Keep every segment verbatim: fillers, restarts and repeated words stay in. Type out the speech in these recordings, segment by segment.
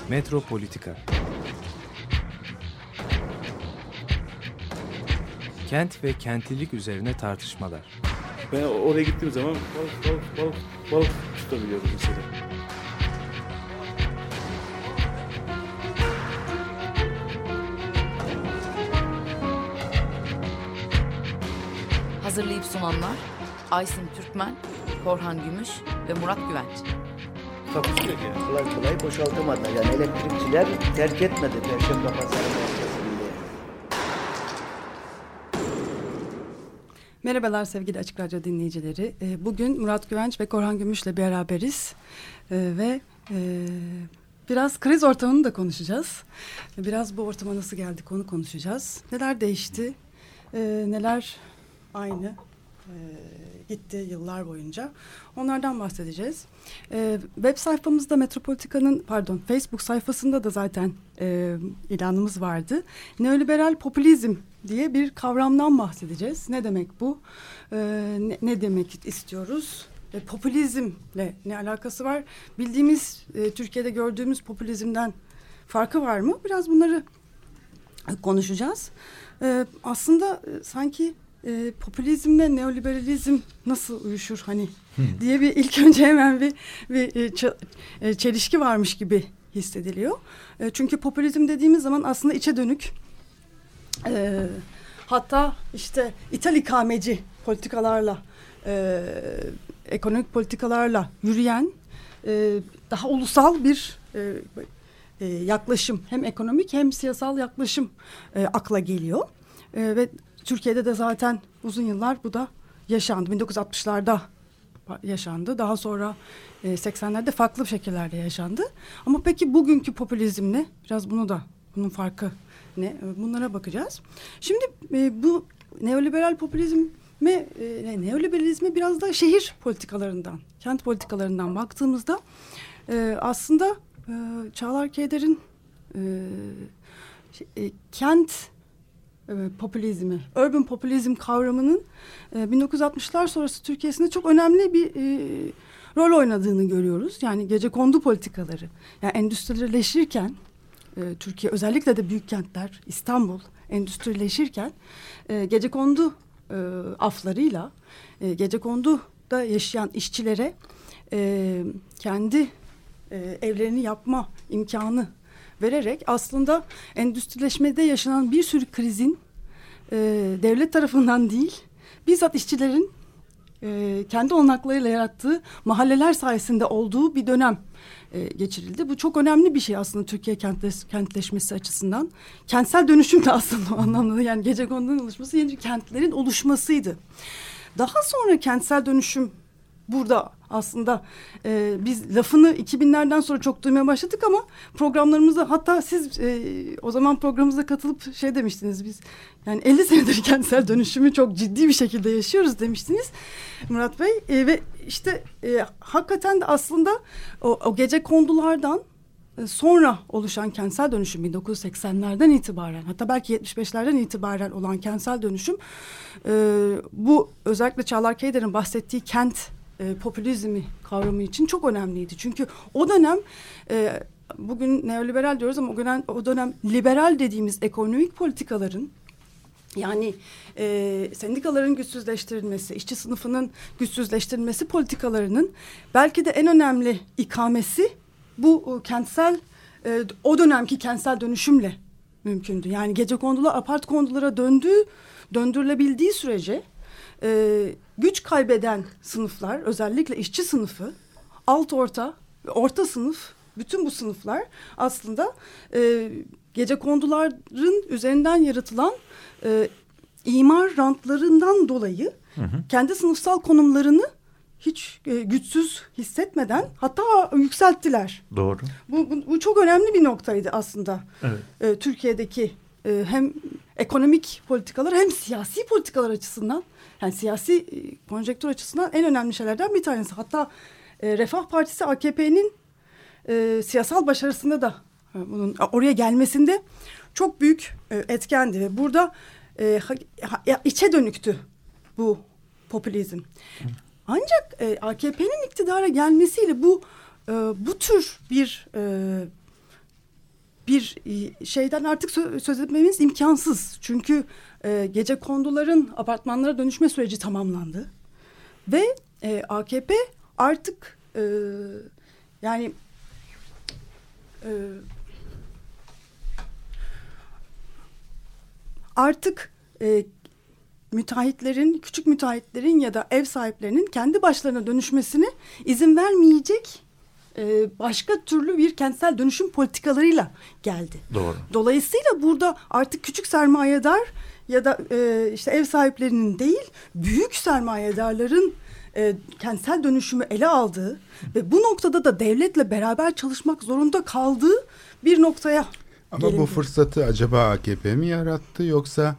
Metropolitika. Kent ve kentlilik üzerine tartışmalar. Ben oraya gittiğim zaman balık balık balık balık tutabiliyorum mesela. Hazırlayıp sunanlar Aysin Türkmen, Korhan Gümüş ve Murat Güvenç. Takusu yok yani. Kolay kolay boşaltamadı. Yani elektrikçiler terk etmedi Perşembe Pazarı merkezini. Merhabalar sevgili Açık Radyo dinleyicileri. Bugün Murat Güvenç ve Korhan Gümüş'le beraberiz. Ve biraz kriz ortamını da konuşacağız. Biraz bu ortama nasıl geldik onu konuşacağız. Neler değişti, neler aynı gitti yıllar boyunca. Onlardan bahsedeceğiz. Ee, web sayfamızda Metropolitika'nın pardon Facebook sayfasında da zaten e, ilanımız vardı. Neoliberal popülizm diye bir kavramdan bahsedeceğiz. Ne demek bu? Ee, ne, ne demek istiyoruz? E, popülizmle ne alakası var? Bildiğimiz e, Türkiye'de gördüğümüz popülizmden farkı var mı? Biraz bunları konuşacağız. Ee, aslında e, sanki E, popülizmle neoliberalizm nasıl uyuşur hani hmm. diye bir ilk önce hemen bir, bir e, ç- e, çelişki varmış gibi hissediliyor. E, çünkü popülizm dediğimiz zaman aslında içe dönük e, hatta işte ithal ikameci politikalarla e, ekonomik politikalarla yürüyen e, daha ulusal bir e, e, yaklaşım hem ekonomik hem siyasal yaklaşım e, akla geliyor e, ve Türkiye'de de zaten uzun yıllar bu da yaşandı. bin dokuz yüz altmışlarda yaşandı. Daha sonra e, seksenlerde farklı şekillerde yaşandı. Ama peki bugünkü popülizm ne? Biraz bunu da, bunun farkı ne? Bunlara bakacağız. Şimdi e, bu neoliberal popülizme, e, neoliberalizme biraz da şehir politikalarından, kent politikalarından baktığımızda e, aslında e, Çağlar Keyder'in e, e, kent popülizmi, urban popülizm kavramının e, bin dokuz yüz altmışlar sonrası Türkiye'sinde çok önemli bir e, rol oynadığını görüyoruz. Yani gecekondu politikaları. Yani endüstrileşirken e, Türkiye özellikle de büyük kentler İstanbul endüstrileşirken e, gecekondu e, aflarıyla e, gecekonduda yaşayan işçilere e, kendi e, evlerini yapma imkanı vererek aslında endüstrileşmede yaşanan bir sürü krizin e, devlet tarafından değil, bizzat işçilerin e, kendi olanaklarıyla yarattığı mahalleler sayesinde olduğu bir dönem e, geçirildi. Bu çok önemli bir şey aslında Türkiye kentleş, kentleşmesi açısından. Kentsel dönüşüm de aslında o anlamda yani gecekondunun oluşması yeni kentlerin oluşmasıydı. Daha sonra kentsel dönüşüm burada aslında e, biz lafını iki binlerden sonra çok duymaya başladık ama programlarımızda hatta siz e, o zaman programımıza katılıp şey demiştiniz biz yani elli senedir kentsel dönüşümü çok ciddi bir şekilde yaşıyoruz demiştiniz Murat Bey e, ve işte e, hakikaten de aslında o, o gecekondulardan e, sonra oluşan kentsel dönüşüm bin dokuz yüz seksenlerden itibaren hatta belki yetmiş beşlerden itibaren olan kentsel dönüşüm e, bu özellikle Çağlar Keyder'in bahsettiği kent E, popülizmi kavramı için çok önemliydi. Çünkü o dönem e, bugün neoliberal diyoruz ama o dönem, o dönem liberal dediğimiz ekonomik politikaların yani e, sendikaların güçsüzleştirilmesi, işçi sınıfının güçsüzleştirilmesi politikalarının belki de en önemli ikamesi bu o, kentsel e, o dönemki kentsel dönüşümle mümkündü. Yani gecekondular apart kondulara döndüğü, döndürülebildiği sürece Ee, güç kaybeden sınıflar özellikle işçi sınıfı alt orta ve orta sınıf bütün bu sınıflar aslında e, gecekonduların üzerinden yaratılan e, imar rantlarından dolayı hı hı. kendi sınıfsal konumlarını hiç e, güçsüz hissetmeden hatta yükselttiler. Doğru. Bu, bu, bu çok önemli bir noktaydı aslında evet. e, Türkiye'deki e, hem ekonomik politikalar hem siyasi politikalar açısından. Yani siyasi e, konjektür açısından en önemli şeylerden bir tanesi. Hatta e, Refah Partisi A K P'nin e, siyasal başarısında da e, bunun oraya gelmesinde çok büyük e, etkendi. Ve burada e, ha, ha, içe dönüktü bu popülizm. Hı. Ancak e, A K P'nin iktidara gelmesiyle bu e, bu tür bir e, bir e, şeyden artık sö- söz etmemiz imkansız. Çünkü e, gecekonduların apartmanlara dönüşme süreci tamamlandı. Ve e, A K P artık e, yani e, artık e, müteahhitlerin, küçük müteahhitlerin ya da ev sahiplerinin kendi başlarına dönüşmesine izin vermeyecek e, başka türlü bir kentsel dönüşüm politikalarıyla geldi. Doğru. Dolayısıyla burada artık küçük sermayedar ya da e, işte ev sahiplerinin değil, büyük sermayedarların e, kentsel dönüşümü ele aldığı ve bu noktada da devletle beraber çalışmak zorunda kaldığı bir noktaya Ama gelindi. bu fırsatı acaba A K P mi yarattı, yoksa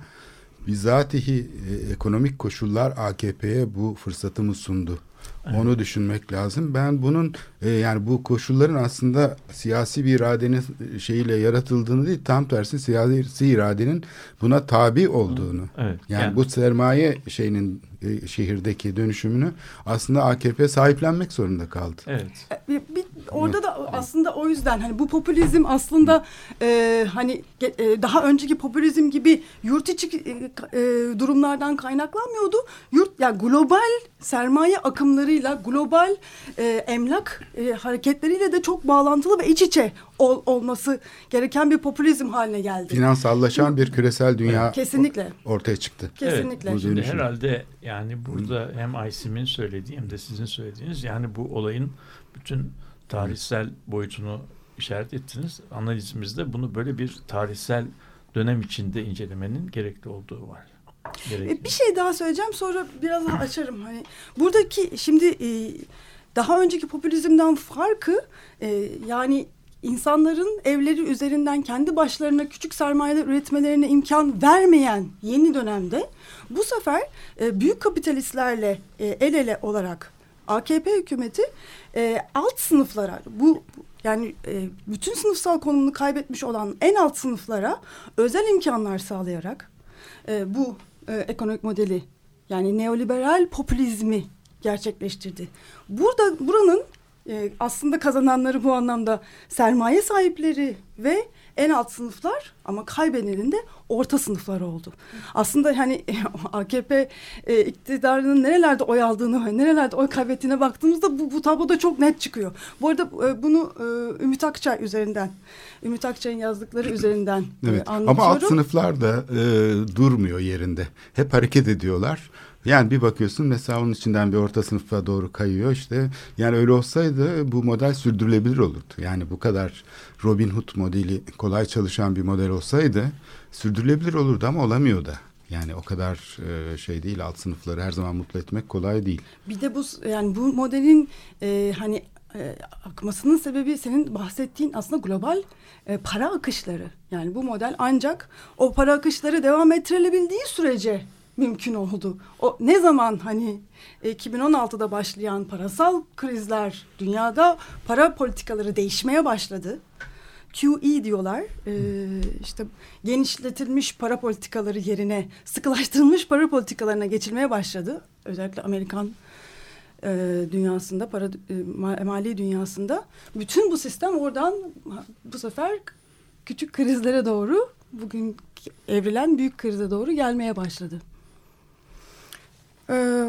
bizatihi e, ekonomik koşullar A K P'ye bu fırsatı mı sundu? Evet. Onu düşünmek lazım. Ben bunun e, yani bu koşulların aslında siyasi bir iradenin şeyiyle yaratıldığını değil, tam tersi siyasi iradenin buna tabi olduğunu. Evet. Yani, yani bu sermaye şeyinin e, şehirdeki dönüşümünü aslında A K P sahiplenmek zorunda kaldı. Evet. Bir, bir, orada da aslında o yüzden hani bu popülizm aslında e, hani e, daha önceki popülizm gibi yurt içi e, e, durumlardan kaynaklanmıyordu. Yurt yani global sermaye akımlarıyla, global e, emlak e, hareketleriyle de çok bağlantılı ve iç içe ol, olması gereken bir popülizm haline geldi. Finansallaşan bir küresel dünya kesinlikle ortaya çıktı. Kesinlikle. Evet, şimdi herhalde yani burada hem Aysim'in söylediği hem de sizin söylediğiniz, yani bu olayın bütün tarihsel boyutunu işaret ettiniz. Analizimizde bunu böyle bir tarihsel dönem içinde incelemenin gerekli olduğu var. Gerekli. Bir şey daha söyleyeceğim, sonra biraz daha açarım. Hani buradaki şimdi e, daha önceki popülizmden farkı e, yani insanların evleri üzerinden kendi başlarına küçük sermayeler üretmelerine imkan vermeyen yeni dönemde bu sefer e, büyük kapitalistlerle e, el ele olarak A K P hükümeti e, alt sınıflara, bu yani e, bütün sınıfsal konumunu kaybetmiş olan en alt sınıflara özel imkanlar sağlayarak e, bu e, ekonomik modeli, yani neoliberal popülizmi gerçekleştirdi. Burada buranın e, aslında kazananları bu anlamda sermaye sahipleri ve en alt sınıflar, ama kaybedenin de orta sınıflar oldu. Aslında hani A K P e, iktidarının nerelerde oy aldığını ve nerelerde oy kaybettiğine baktığımızda bu, bu tabloda çok net çıkıyor. Bu arada e, bunu e, Ümit Akçay üzerinden, Ümit Akçay'ın yazdıkları üzerinden evet. e, anlatıyorum. Ama alt sınıflar da e, durmuyor yerinde. Hep hareket ediyorlar. Yani bir bakıyorsun mesela onun içinden bir orta sınıfa doğru kayıyor işte. Yani öyle olsaydı bu model sürdürülebilir olurdu. Yani bu kadar Robin Hood modeli kolay çalışan bir model olsaydı sürdürülebilir olurdu, ama olamıyor da. Yani o kadar e, şey değil, alt sınıfları her zaman mutlu etmek kolay değil. Bir de bu yani bu modelin e, hani e, akmasının sebebi senin bahsettiğin aslında global e, para akışları. Yani bu model ancak o para akışları devam ettirilebildiği sürece mümkün oldu. O ne zaman hani iki bin on altıda başlayan parasal krizler, dünyada para politikaları değişmeye başladı. Q E diyorlar. Ee, işte genişletilmiş para politikaları yerine sıkılaştırılmış para politikalarına geçilmeye başladı. Özellikle Amerikan e, dünyasında, para e, mali dünyasında. Bütün bu sistem oradan bu sefer küçük krizlere doğru, bugün evrilen büyük krize doğru gelmeye başladı. Ee,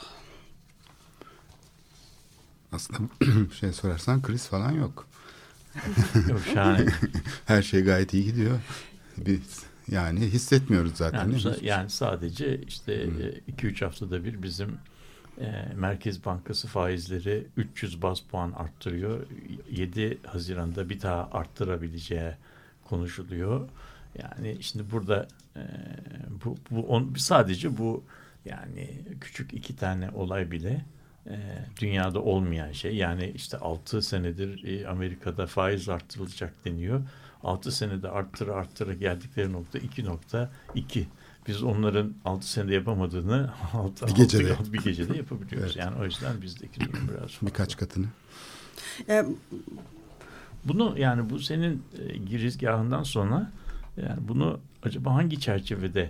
Aslında şey sorarsan kriz falan yok. Yok, şahane. Her şey gayet iyi gidiyor. Biz yani hissetmiyoruz zaten. Yani, yani sadece işte iki üç haftada bir bizim e, Merkez Bankası faizleri üç yüz baz puan arttırıyor. yedi Haziran'da bir daha arttırabileceği konuşuluyor. Yani şimdi burada e, bu, bu on, sadece bu yani küçük iki tane olay bile e, dünyada olmayan şey. Yani işte altı senedir e, Amerika'da faiz arttırılacak deniyor. altı senede arttıra arttıra geldikleri nokta iki nokta iki. Biz onların altı senede yapamadığını altı, bir gecede, altı, bir gecede yapabiliyoruz. Evet. Yani o yüzden bizdeki durum biraz fazla. Birkaç katını. e, Bunu yani bu senin e, girizgahından sonra yani bunu acaba hangi çerçevede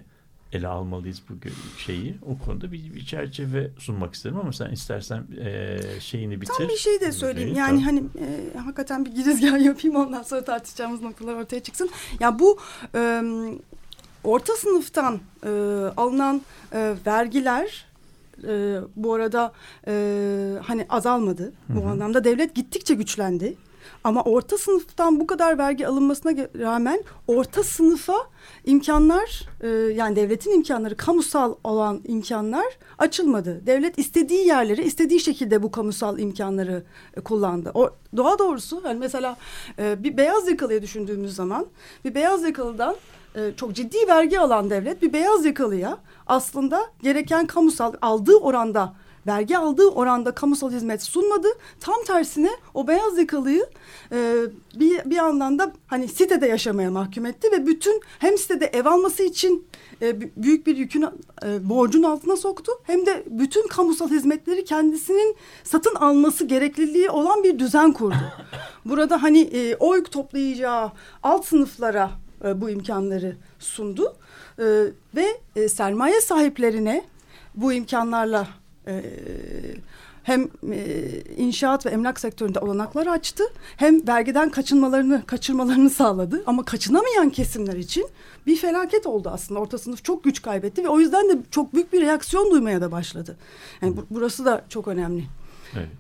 ele almalıyız bu şeyi. O konuda bir, bir çerçeve sunmak isterim ama sen istersen e, şeyini bitir. Tam bir şey de söyleyeyim. Tabii. Yani hani e, hakikaten bir girizgah yapayım, ondan sonra tartışacağımız noktalar ortaya çıksın. Ya bu e, orta sınıftan e, alınan e, vergiler e, bu arada e, hani azalmadı. Bu Hı hı. anlamda devlet gittikçe güçlendi. Ama orta sınıftan bu kadar vergi alınmasına rağmen orta sınıfa imkanlar, e, yani devletin imkanları, kamusal olan imkanlar açılmadı. Devlet istediği yerleri istediği şekilde bu kamusal imkanları e, kullandı. O, doğa doğrusu yani mesela e, bir beyaz yakalıya düşündüğümüz zaman bir beyaz yakalıdan e, çok ciddi vergi alan devlet bir beyaz yakalıya aslında gereken kamusal aldığı oranda, vergi aldığı oranda kamusal hizmet sunmadı. Tam tersine o beyaz yakalıyı e, bir, bir yandan da hani sitede yaşamaya mahkum etti ve bütün hem sitede ev alması için e, büyük bir yükün e, borcun altına soktu, hem de bütün kamusal hizmetleri kendisinin satın alması gerekliliği olan bir düzen kurdu. Burada hani e, oy toplayacağı alt sınıflara e, bu imkanları sundu e, ve e, sermaye sahiplerine bu imkanlarla Ee, hem e, inşaat ve emlak sektöründe olanaklar açtı, hem vergiden kaçınmalarını kaçırmalarını sağladı. Ama kaçınamayan kesimler için bir felaket oldu aslında. Orta sınıf çok güç kaybetti ve o yüzden de çok büyük bir reaksiyon duymaya da başladı. Yani bu, burası da çok önemli. Evet.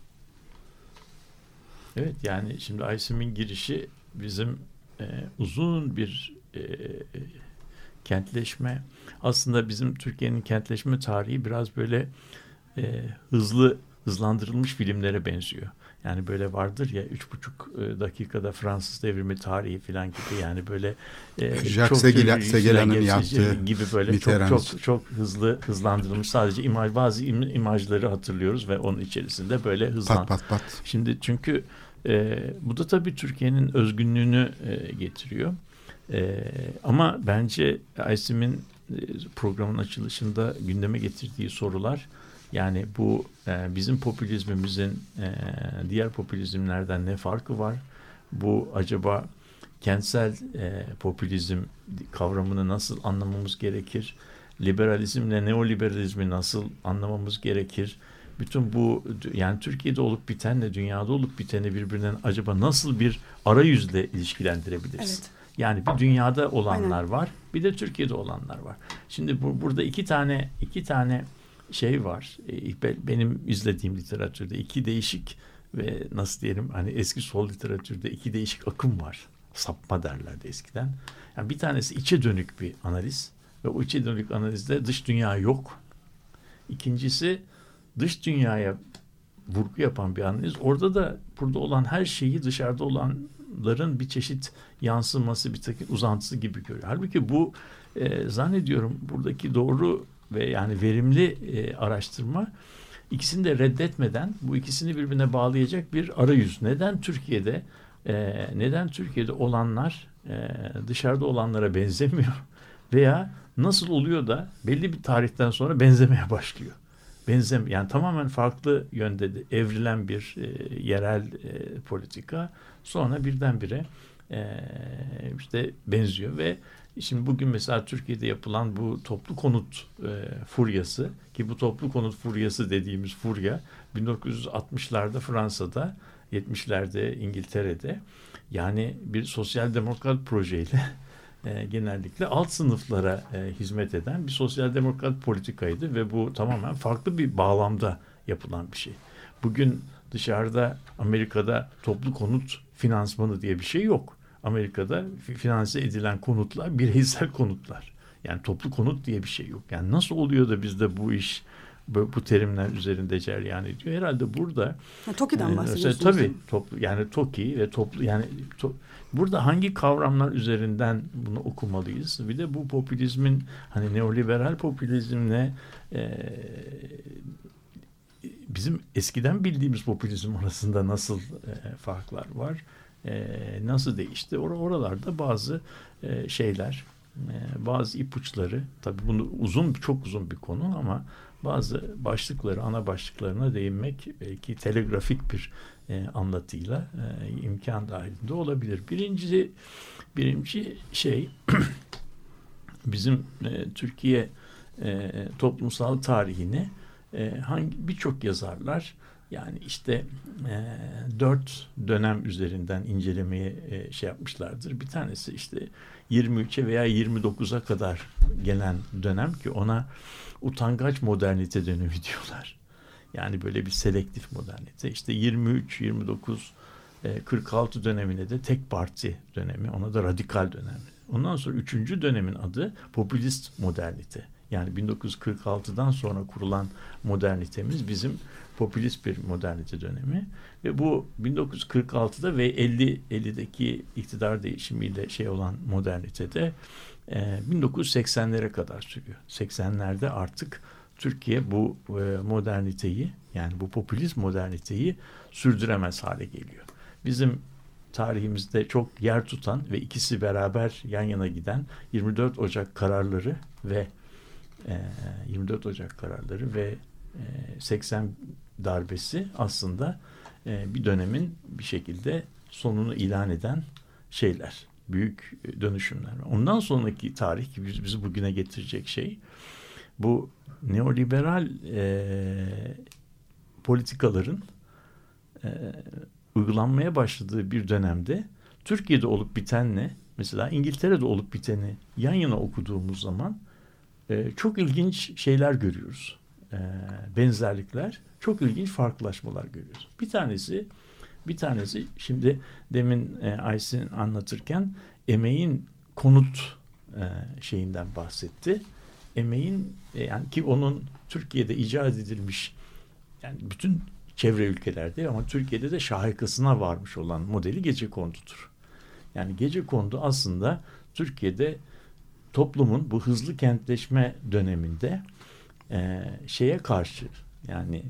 Evet, yani şimdi Aysim'in girişi bizim e, uzun bir e, kentleşme, aslında bizim Türkiye'nin kentleşme tarihi biraz böyle e, hızlı hızlandırılmış filmlere benziyor. Yani böyle vardır ya üç buçuk dakikada Fransız devrimi tarihi falan gibi, yani böyle e, Jacques Segel, Segelan'ın yaptığı gibi böyle çok, çok çok hızlı hızlandırılmış, sadece imaj, bazı im, imajları hatırlıyoruz ve onun içerisinde böyle hızlan. Pat pat pat. Şimdi çünkü e, bu da tabii Türkiye'nin özgünlüğünü e, getiriyor. Ee, ama bence Aysim'in programın açılışında gündeme getirdiği sorular, yani bu e, bizim popülizmimizin e, diğer popülizmlerden ne farkı var? Bu acaba kentsel e, popülizm kavramını nasıl anlamamız gerekir? Liberalizmle neoliberalizmi nasıl anlamamız gerekir? Bütün bu, yani Türkiye'de olup bitenle dünyada olup biteni birbirinden acaba nasıl bir arayüzle ilişkilendirebiliriz? Evet. Yani bir dünyada olanlar Aynen. var, bir de Türkiye'de olanlar var. Şimdi bu, burada iki tane iki tane şey var. E, benim izlediğim literatürde iki değişik ve nasıl diyelim, hani eski sol literatürde iki değişik akım var. Sapma derlerdi eskiden. Yani bir tanesi içe dönük bir analiz ve o içe dönük analizde dış dünya yok. İkincisi dış dünyaya vurgu yapan bir analiz. Orada da burada olan her şeyi dışarıda olanların bir çeşit yansıması, bir takım uzantısı gibi görüyor. Halbuki bu e, zannediyorum buradaki doğru ve yani verimli e, araştırma ikisini de reddetmeden bu ikisini birbirine bağlayacak bir arayüz. Neden Türkiye'de e, neden Türkiye'de olanlar e, dışarıda olanlara benzemiyor veya nasıl oluyor da belli bir tarihten sonra benzemeye başlıyor? Benzem, yani tamamen farklı yönde de evrilen bir e, yerel e, politika sonra birdenbire e, işte benziyor ve şimdi bugün mesela Türkiye'de yapılan bu toplu konut e, furyası, ki bu toplu konut furyası dediğimiz furya bin dokuz yüz altmışlarda Fransa'da, yetmişlerde İngiltere'de, yani bir sosyal demokrat projeyle E, genellikle alt sınıflara e, hizmet eden bir sosyal demokrat politikaydı ve bu tamamen farklı bir bağlamda yapılan bir şey. Bugün dışarıda, Amerika'da toplu konut finansmanı diye bir şey yok. Amerika'da finanse edilen konutlar bireysel konutlar. Yani toplu konut diye bir şey yok. Yani nasıl oluyor da bizde bu iş bu, bu terimler üzerinde cereyan ediyor? Herhalde burada Ha, TOKİ'den bahsediyorsunuz. E, tabii toplu, yani TOKİ ve toplu, yani to, burada hangi kavramlar üzerinden bunu okumalıyız? Bir de bu popülizmin, hani neoliberal popülizmle e, bizim eskiden bildiğimiz popülizm arasında nasıl e, farklar var? E, nasıl değişti? Or- oralarda bazı e, şeyler, e, bazı ipuçları, tabii bunu uzun, çok uzun bir konu ama bazı başlıkları, ana başlıklarına değinmek belki telegrafik bir e, anlatıyla e, imkan dahilinde olabilir. Birinci, birinci şey bizim e, Türkiye e, toplumsal tarihini e, hangi birçok yazarlar yani işte e, dört dönem üzerinden incelemeye e, şey yapmışlardır. Bir tanesi işte yirmi üçe veya yirmi dokuza kadar gelen dönem ki ona utangaç modernite dönemi diyorlar. Yani böyle bir selektif modernite. İşte yirmi üç, yirmi dokuz, kırk altı dönemine de tek parti dönemi. Ona da radikal dönem. Ondan sonra üçüncü dönemin adı popülist modernite. Yani bin dokuz yüz kırk altıdan sonra kurulan modernitemiz bizim popülist bir modernite dönemi. Ve bu bin dokuz yüz kırk altıda ve elli ellideki iktidar değişimiyle şey olan modernitede e, bin dokuz yüz seksenlere kadar sürüyor. seksenlerde artık Türkiye bu e, moderniteyi yani bu popülist moderniteyi sürdüremez hale geliyor. Bizim tarihimizde çok yer tutan ve ikisi beraber yan yana giden yirmi dört Ocak kararları ve e, yirmi dört Ocak kararları ve e, seksen darbesi aslında e, bir dönemin bir şekilde sonunu ilan eden şeyler, büyük dönüşümler. Ondan sonraki tarih ki biz, bizi bugüne getirecek şey bu neoliberal e, politikaların e, uygulanmaya başladığı bir dönemde Türkiye'de olup bitenle mesela İngiltere'de olup biteni yan yana okuduğumuz zaman e, çok ilginç şeyler görüyoruz. E, benzerlikler, çok ilginç farklılaşmalar görüyoruz. Bir tanesi bir tanesi şimdi demin e, Aysin anlatırken emeğin konut e, şeyinden bahsetti. Emeğin e, yani ki onun Türkiye'de icat edilmiş yani bütün çevre ülkelerde ama Türkiye'de de şahikasına varmış olan modeli gecekondudur. Yani gecekondu aslında Türkiye'de toplumun bu hızlı kentleşme döneminde e, şeye karşı yani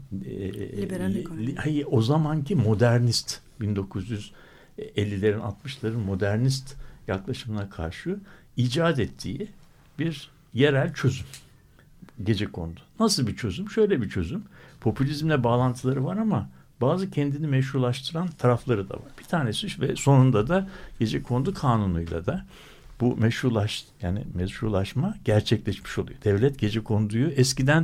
e, o zamanki modernist bin dokuz yüz ellilerin altmışların modernist yaklaşımına karşı icat ettiği bir yerel çözüm. Gecekondu. Nasıl bir çözüm? Şöyle bir çözüm. Popülizmle bağlantıları var ama bazı kendini meşrulaştıran tarafları da var. Bir tanesi ve sonunda da Gecekondu kanunuyla da bu meşrulaş yani meşrulaşma gerçekleşmiş oluyor. Devlet Gecekondu'yu eskiden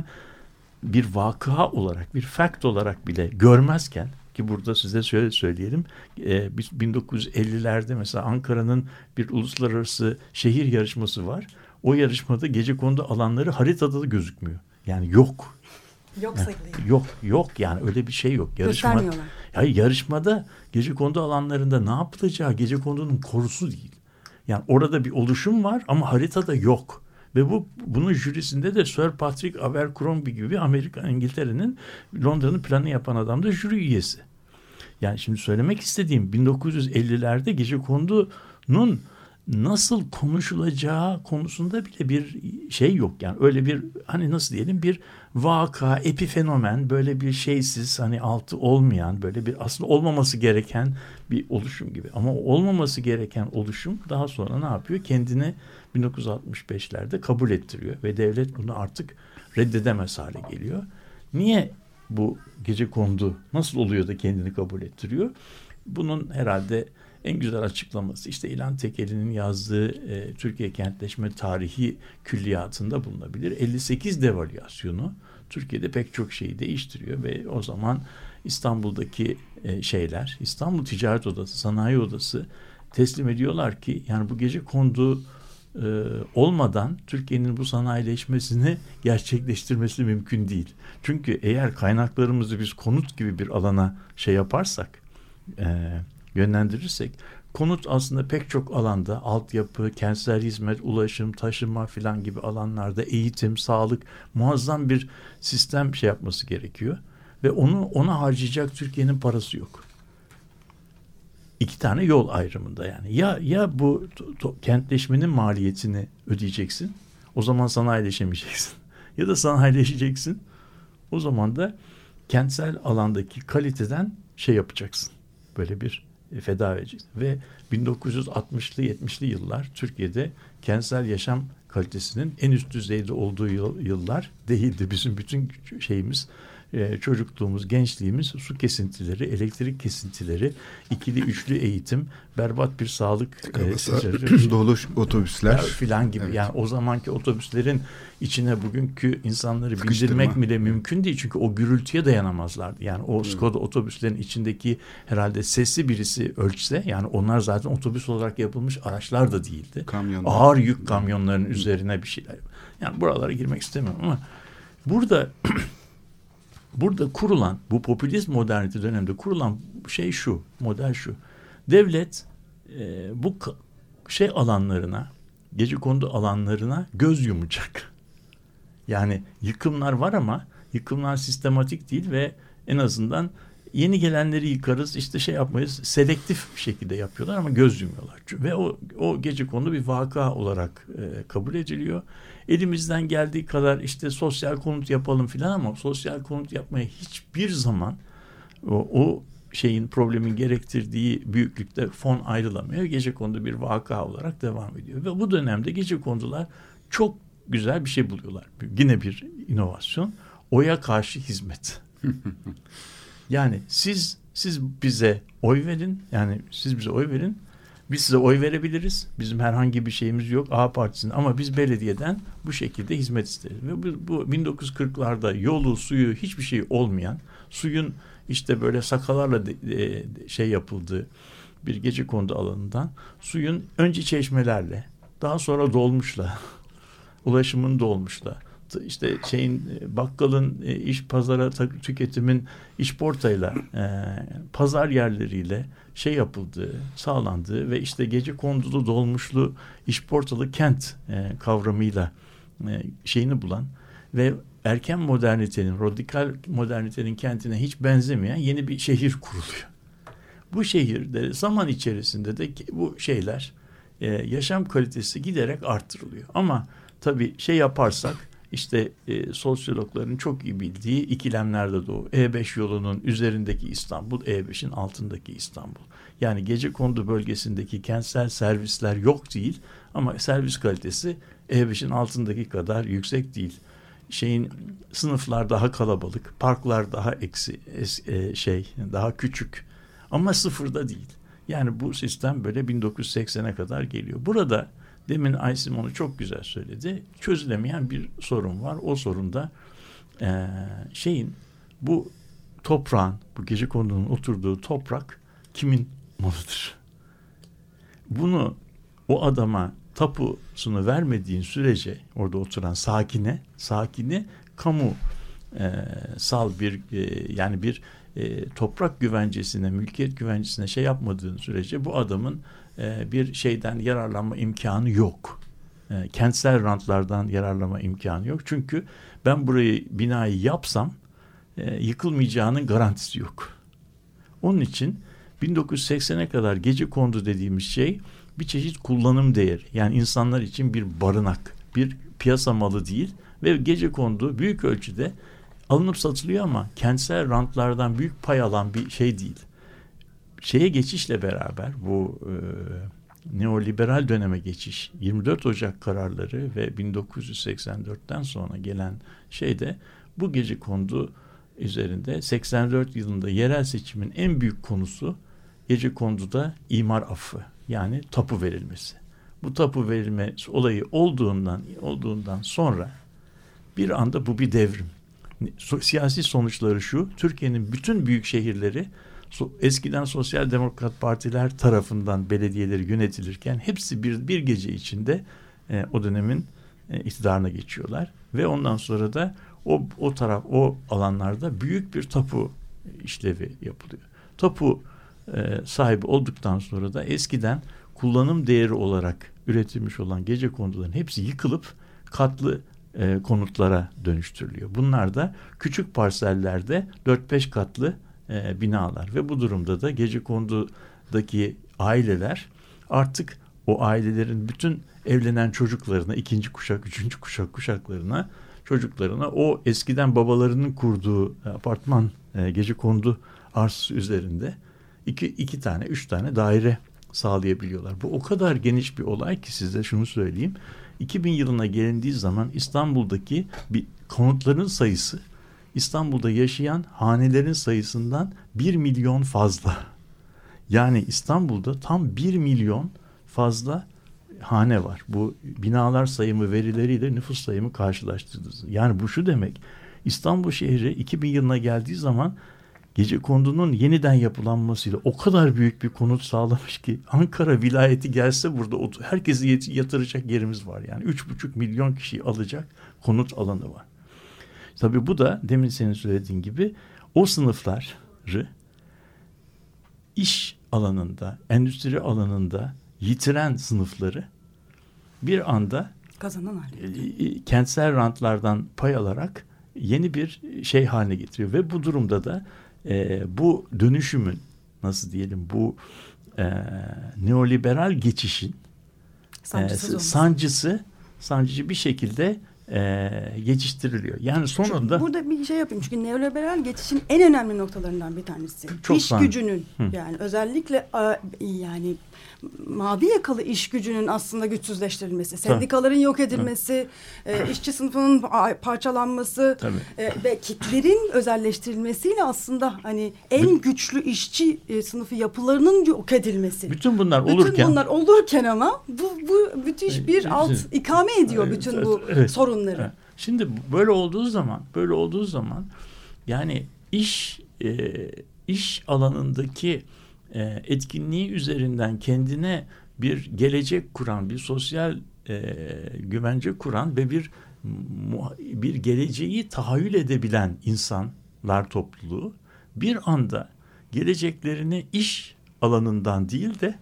bir vakıa olarak, bir fact olarak bile görmezken ki burada size şöyle söyleyelim. E, bin dokuz yüz ellilerde mesela Ankara'nın bir uluslararası şehir yarışması var. O yarışmada gecekondu alanları haritada da gözükmüyor. Yani yok. Yok sayılıyor. Yani yok, yok yani öyle bir şey yok. Yarışma, hayır, yarışmada gecekondu alanlarında ne yapılacağı gecekondunun konusu değil. Yani orada bir oluşum var ama haritada yok. Ve bu bunun jürisinde de Sir Patrick Abercrombie gibi Amerika, İngiltere'nin Londra'nın planı yapan adam da jüri üyesi. Yani şimdi söylemek istediğim bin dokuz yüz ellilerde gecekondunun nasıl konuşulacağı konusunda bile bir şey yok. Yani öyle bir hani nasıl diyelim bir vaka, epifenomen böyle bir şeysiz hani altı olmayan böyle bir aslında olmaması gereken bir oluşum gibi. Ama olmaması gereken oluşum daha sonra ne yapıyor? Kendini bin dokuz yüz altmış beşlerde kabul ettiriyor ve devlet bunu artık reddedemez hale geliyor. Niye bu gecekondu nasıl oluyor da kendini kabul ettiriyor? Bunun herhalde en güzel açıklaması işte İlhan Tekeli'nin yazdığı e, Türkiye Kentleşme Tarihi külliyatında bulunabilir. elli sekiz devalüasyonu Türkiye'de pek çok şeyi değiştiriyor ve o zaman İstanbul'daki e, şeyler, İstanbul Ticaret Odası, Sanayi Odası teslim ediyorlar ki yani bu gecekondu e, olmadan Türkiye'nin bu sanayileşmesini gerçekleştirmesi mümkün değil. Çünkü eğer kaynaklarımızı biz konut gibi bir alana şey yaparsak, e, yönlendirirsek konut aslında pek çok alanda altyapı, kentsel hizmet, ulaşım, taşıma filan gibi alanlarda eğitim, sağlık muazzam bir sistem şey yapması gerekiyor ve onu ona harcayacak Türkiye'nin parası yok. İki tane yol ayrımında yani ya ya bu to, to, kentleşmenin maliyetini ödeyeceksin. O zaman sanayileşemeyeceksin. Ya da sanayileşeceksin. O zaman da kentsel alandaki kaliteden şey yapacaksın. Böyle bir feda edeceksin. Ve bin dokuz yüz altmışlı yetmişli yıllar Türkiye'de kentsel yaşam kalitesinin en üst düzeyde olduğu yıl, yıllar değildi. Bizim bütün şeyimiz e, çocukluğumuz, gençliğimiz su kesintileri, elektrik kesintileri, ikili üçlü eğitim, berbat bir sağlık e, dolu otobüsler filan gibi. Evet. Yani o zamanki otobüslerin içine bugünkü insanları Sıkıştırma. bindirmek bile mümkün değil. Çünkü o gürültüye dayanamazlardı. Yani o evet. Skoda otobüslerin içindeki herhalde sesli birisi ölçse, yani onlar zaten otobüs olarak yapılmış araçlar da değildi. Kamyonlar. Ağır yük kamyonlarının üzerine bir şeyler. Yani buralara girmek istemiyorum ama burada burada kurulan, bu popülist modernite döneminde kurulan şey şu, model şu. Devlet e, bu şey alanlarına, gecekondu alanlarına göz yumacak. Yani yıkımlar var ama yıkımlar sistematik değil ve en azından yeni gelenleri yıkarız, işte şey yapmayız, selektif bir şekilde yapıyorlar ama göz yumuyorlar. Ve o, o gecekondu bir vaka olarak e, kabul ediliyor. Elimizden geldiği kadar işte sosyal konut yapalım filan ama sosyal konut yapmaya hiçbir zaman o, o şeyin, problemin gerektirdiği büyüklükte fon ayrılamıyor. Gecekondu bir vaka olarak devam ediyor. Ve bu dönemde gecekondular çok güzel bir şey buluyorlar. Yine bir inovasyon. Oya karşı hizmet. Yani siz siz bize oy verin. Yani siz bize oy verin. Biz size oy verebiliriz. Bizim herhangi bir şeyimiz yok A Partisi'nin ama biz belediyeden bu şekilde hizmet isteriz. Ve bu, bu bin dokuz yüz kırklarda yolu, suyu, hiçbir şey olmayan, suyun işte böyle sakalarla de, de, şey yapıldığı bir gecekondu alanından suyun önce çeşmelerle, daha sonra dolmuşla, ulaşımın dolmuşla, işte şeyin, bakkalın, iş pazara tüketimin işportayla, e, pazar yerleriyle şey yapıldığı, sağlandığı ve işte gecekondulu dolmuşlu işportalı kent e, kavramıyla e, şeyini bulan ve erken modernitenin, radikal modernitenin kentine hiç benzemeyen yeni bir şehir kuruluyor. Bu şehirde zaman içerisinde de bu şeyler, e, yaşam kalitesi giderek artırılıyor. Ama tabii şey yaparsak, İşte e, sosyologların çok iyi bildiği ikilemlerde doğu. E beş yolunun üzerindeki İstanbul, E beşin altındaki İstanbul. Yani gecekondu bölgesindeki kentsel servisler yok değil ama servis kalitesi E beşin altındaki kadar yüksek değil. Şeyin, sınıflar daha kalabalık, parklar daha eksi es, e, şey daha küçük ama sıfırda değil. Yani bu sistem böyle bin dokuz yüz seksene kadar geliyor. Burada demin Aysim onu çok güzel söyledi. Çözülemeyen bir sorun var. O sorun da e, şeyin, bu toprağın, bu gecekondunun oturduğu toprak kimin malıdır? Bunu o adama tapusunu vermediğin sürece orada oturan sakine, sakine kamu e, sal bir e, yani bir e, toprak güvencesine, mülkiyet güvencesine şey yapmadığın sürece bu adamın e, bir şeyden yararlanma imkanı yok. E, kentsel rantlardan yararlanma imkanı yok. Çünkü ben burayı, binayı yapsam e, yıkılmayacağının garantisi yok. Onun için bin dokuz yüz seksene kadar gecekondu dediğimiz şey bir çeşit kullanım değeri. Yani insanlar için bir barınak, bir piyasa malı değil ve gecekondu büyük ölçüde alınıp satılıyor ama kentsel rantlardan büyük pay alan bir şey değil. Şeye geçişle beraber bu e, neoliberal döneme geçiş, yirmi dört Ocak kararları ve bin dokuz yüz seksen dörtten sonra gelen şeyde bu gecekondu üzerinde seksen dört yılında yerel seçimin en büyük konusu gecekonduda imar affı, yani tapu verilmesi. Bu tapu verilme olayı olduğundan olduğundan sonra bir anda bu bir devrim. Siyasi sonuçları şu: Türkiye'nin bütün büyük şehirleri eskiden sosyal demokrat partiler tarafından belediyeleri yönetilirken hepsi bir bir gece içinde e, o dönemin e, iktidarına geçiyorlar ve ondan sonra da o o taraf o alanlarda büyük bir tapu işlevi yapılıyor. Tapu e, sahibi olduktan sonra da eskiden kullanım değeri olarak üretilmiş olan gecekonduların hepsi yıkılıp katlı e, konutlara dönüştürülüyor. Bunlar da küçük parsellerde dört beş katlı e, binalar ve bu durumda da gecekondudaki aileler artık o ailelerin bütün evlenen çocuklarına, ikinci kuşak, üçüncü kuşak kuşaklarına, çocuklarına o eskiden babalarının kurduğu apartman e, gecekondu arsası üzerinde iki, iki tane, üç tane daire sağlayabiliyorlar. Bu o kadar geniş bir olay ki size şunu söyleyeyim. iki bin yılına gelindiği zaman İstanbul'daki bir konutların sayısı İstanbul'da yaşayan hanelerin sayısından bir milyon fazla. Yani İstanbul'da tam bir milyon fazla hane var. Bu binalar sayımı verileriyle nüfus sayımı karşılaştırdınız. Yani bu şu demek: İstanbul şehri iki bin yılına geldiği zaman Gecekondunun yeniden yapılanmasıyla o kadar büyük bir konut sağlamış ki Ankara vilayeti gelse burada herkesi yatıracak yerimiz var. Yani üç buçuk milyon kişiyi alacak konut alanı var. Tabii bu da demin senin söylediğin gibi o sınıfları iş alanında, endüstri alanında yitiren sınıfları bir anda kazanan hale. E, kentsel rantlardan pay alarak yeni bir şey haline getiriyor ve bu durumda da e, bu dönüşümün, nasıl diyelim, bu e, neoliberal geçişin e, sancısı sancıcı bir şekilde e, geçiştiriliyor. Yani sonunda Şu, burada bir şey yapayım çünkü neoliberal geçişin en önemli noktalarından bir tanesi çok iş san- gücünün Hı. yani özellikle a, yani mavi yakalı iş gücünün aslında güçsüzleştirilmesi, sendikaların yok edilmesi, e, işçi sınıfının parçalanması e, ve kitlerin özelleştirilmesiyle aslında hani en güçlü işçi e, sınıfı yapılarının yok edilmesi. Bütün bunlar bütün olurken bütün bunlar olurken ama bu bu müthiş bir alt ikame ediyor bütün bu evet. sorunları. Evet. Şimdi böyle olduğu zaman, böyle olduğu zaman yani iş e, iş alanındaki e, etkinliği üzerinden kendine bir gelecek kuran, bir sosyal e, güvence kuran ve bir bir geleceği tahayyül edebilen insanlar topluluğu bir anda geleceklerini iş alanından değil de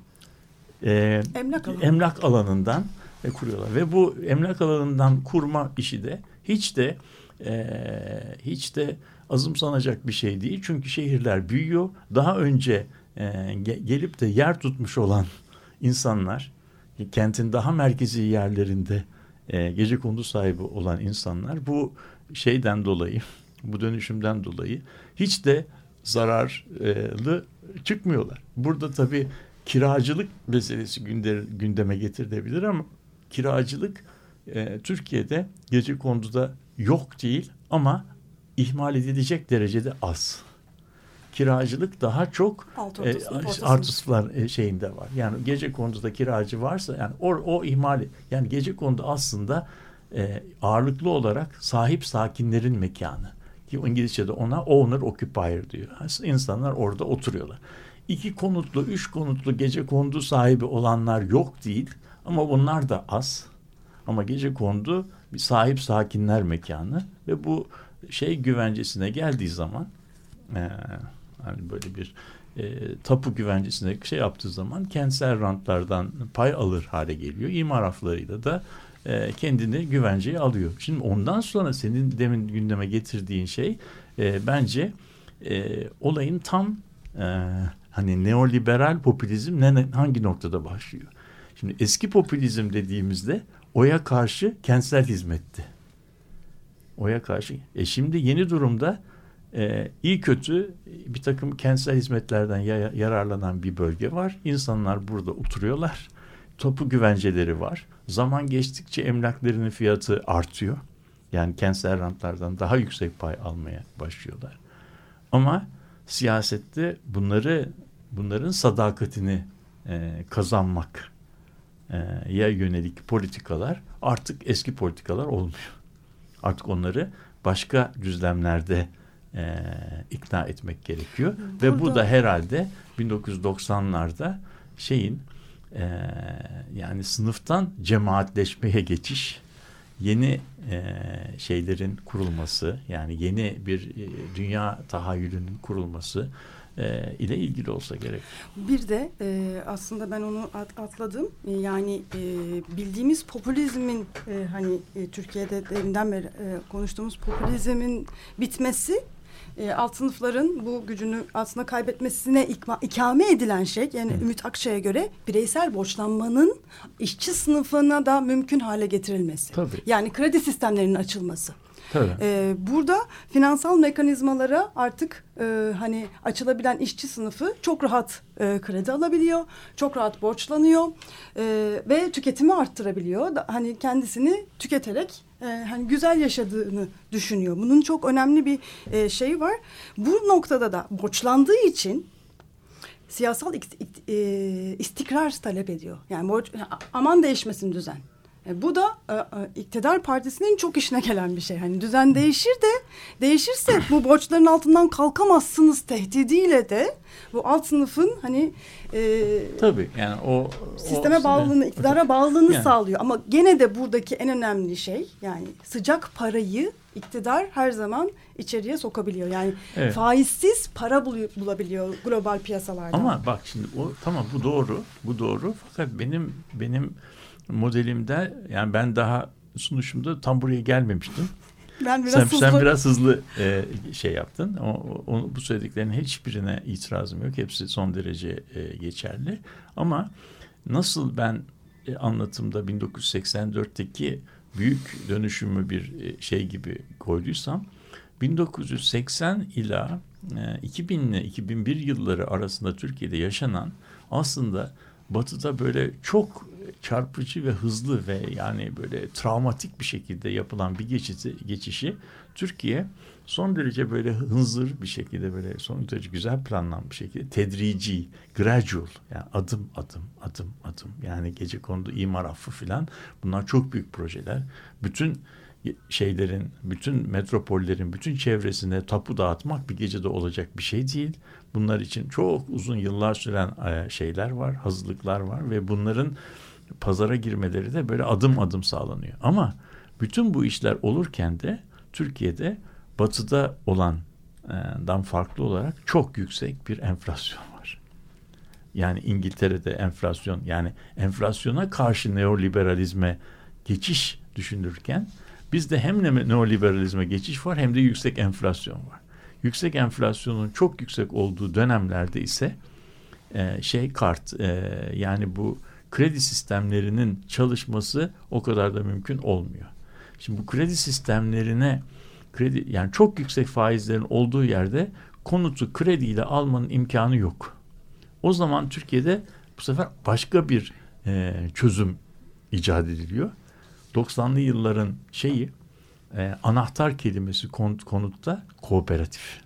e, emlak, alanı. emlak alanından e, kuruyorlar ve bu emlak alanından kurma işi de hiç de e, hiç de azımsanacak bir şey değil. Çünkü şehirler büyüyor. Daha önce e, ge- gelip de yer tutmuş olan insanlar, kentin daha merkezi yerlerinde e, gecekondu sahibi olan insanlar bu şeyden dolayı, bu dönüşümden dolayı hiç de zararlı çıkmıyorlar. Burada tabii kiracılık meselesi günde, gündeme getirilebilir ama kiracılık e, Türkiye'de gecekonduda yok değil ama ihmal edilecek derecede az. Kiracılık daha çok e, artıslar e, şeyinde var. Yani gecekonduda kiracı varsa yani o, o ihmali, yani gecekondu aslında e, ağırlıklı olarak sahip sakinlerin mekanı. Ki İngilizce'de ona owner occupier diyor. Aslında insanlar orada oturuyorlar. İki konutlu, üç konutlu gecekondu sahibi olanlar yok değil ama bunlar da az. Ama gecekondu bir sahip sakinler mekanı ve bu şey güvencesine geldiği zaman e, hani böyle bir e, tapu güvencesine şey yaptığı zaman kentsel rantlardan pay alır hale geliyor. İmar haflarıyla da e, kendini güvenceye alıyor. Şimdi ondan sonra senin demin gündeme getirdiğin şey e, bence e, olayın tam e, hani neoliberal popülizm ne, hangi noktada başlıyor? Şimdi eski popülizm dediğimizde oya karşı kentsel hizmetti. Oya karşı. E şimdi yeni durumda e, iyi kötü bir takım kentsel hizmetlerden ya, yararlanan bir bölge var. İnsanlar burada oturuyorlar. Tapu güvenceleri var. Zaman geçtikçe emlaklarının fiyatı artıyor. Yani kentsel rantlardan daha yüksek pay almaya başlıyorlar. Ama siyasette bunları bunların sadakatini e, kazanmak e, ya yönelik politikalar artık eski politikalar olmuyor. Artık onları başka düzlemlerde e, ikna etmek gerekiyor. Burada... Ve bu da herhalde bin dokuz yüz doksanlarda şeyin e, yani sınıftan cemaatleşmeye geçiş, yeni e, şeylerin kurulması, yani yeni bir e, dünya tahayyülünün kurulması e, ile ilgili olsa gerek. Bir de e, aslında ben onu at, atladım. E, yani e, bildiğimiz popülizmin e, hani e, Türkiye'de deminden beri e, konuştuğumuz popülizmin bitmesi, e, alt sınıfların bu gücünü aslında kaybetmesine ikma, ikame edilen şey, yani Hı. Ümit Akçay'a göre bireysel borçlanmanın işçi sınıfına da mümkün hale getirilmesi. Tabii. Yani kredi sistemlerinin açılması. Ee, burada finansal mekanizmalara artık e, hani açılabilen işçi sınıfı çok rahat e, kredi alabiliyor, çok rahat borçlanıyor e, ve tüketimi arttırabiliyor. Da, hani kendisini tüketerek e, hani güzel yaşadığını düşünüyor. Bunun çok önemli bir e, şeyi var. Bu noktada da borçlandığı için siyasal ik, ik, e, istikrar talep ediyor. Yani borç, aman değişmesin düzen. E, bu da e, e, iktidar partisinin çok işine gelen bir şey. Hani düzen değişir de değişirse bu borçların altından kalkamazsınız tehdidiyle de bu alt sınıfın hani e, tabii yani o sisteme o, bağlılığını, iktidara bağlılığını yani. sağlıyor. Ama gene de buradaki en önemli şey yani sıcak parayı iktidar her zaman içeriye sokabiliyor. Yani evet. faizsiz para bul- bulabiliyor global piyasalarda. Ama bak şimdi o tamam bu doğru. Bu doğru. Fakat benim benim modelimde yani ben daha sunuşumda tam buraya gelmemiştim. Ben biraz sen, hızlı. sen biraz hızlı e, şey yaptın. O, o, bu söylediklerinin hiçbirine itirazım yok. Hepsi son derece e, geçerli. Ama nasıl ben e, anlatımda bin dokuz yüz seksen dörtteki büyük dönüşümü bir e, şey gibi koyduysam bin dokuz yüz seksen ila e, iki bin ile iki bin bir yılları arasında Türkiye'de yaşanan aslında Batı'da böyle çok çarpıcı ve hızlı ve yani böyle travmatik bir şekilde yapılan bir geçişi, geçişi Türkiye son derece böyle hınzır bir şekilde böyle son derece güzel planlanmış bir şekilde tedrici, gradual yani adım adım adım adım yani gecekondu imar affı filan bunlar çok büyük projeler. Bütün şeylerin, bütün metropollerin bütün çevresine tapu dağıtmak bir gecede olacak bir şey değil. Bunlar için çok uzun yıllar süren şeyler var, hazırlıklar var ve bunların pazara girmeleri de böyle adım adım sağlanıyor. Ama bütün bu işler olurken de Türkiye'de batıda olandan farklı olarak çok yüksek bir enflasyon var. Yani İngiltere'de enflasyon yani enflasyona karşı neoliberalizme geçiş düşünülürken bizde hem neoliberalizme geçiş var hem de yüksek enflasyon var. Yüksek enflasyonun çok yüksek olduğu dönemlerde ise e, şey kart e, yani bu kredi sistemlerinin çalışması o kadar da mümkün olmuyor. Şimdi bu kredi sistemlerine kredi yani çok yüksek faizlerin olduğu yerde konutu krediyle almanın imkanı yok. O zaman Türkiye'de bu sefer başka bir e, çözüm icat ediliyor. doksanlı yılların şeyi e, anahtar kelimesi konut, konutta kooperatif.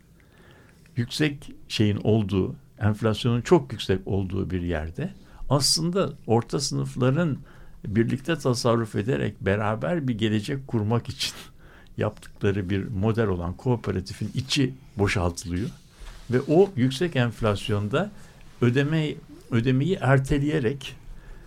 Yüksek şeyin olduğu, enflasyonun çok yüksek olduğu bir yerde aslında orta sınıfların birlikte tasarruf ederek beraber bir gelecek kurmak için yaptıkları bir model olan kooperatifin içi boşaltılıyor ve o yüksek enflasyonda ödeme ödemeyi erteleyerek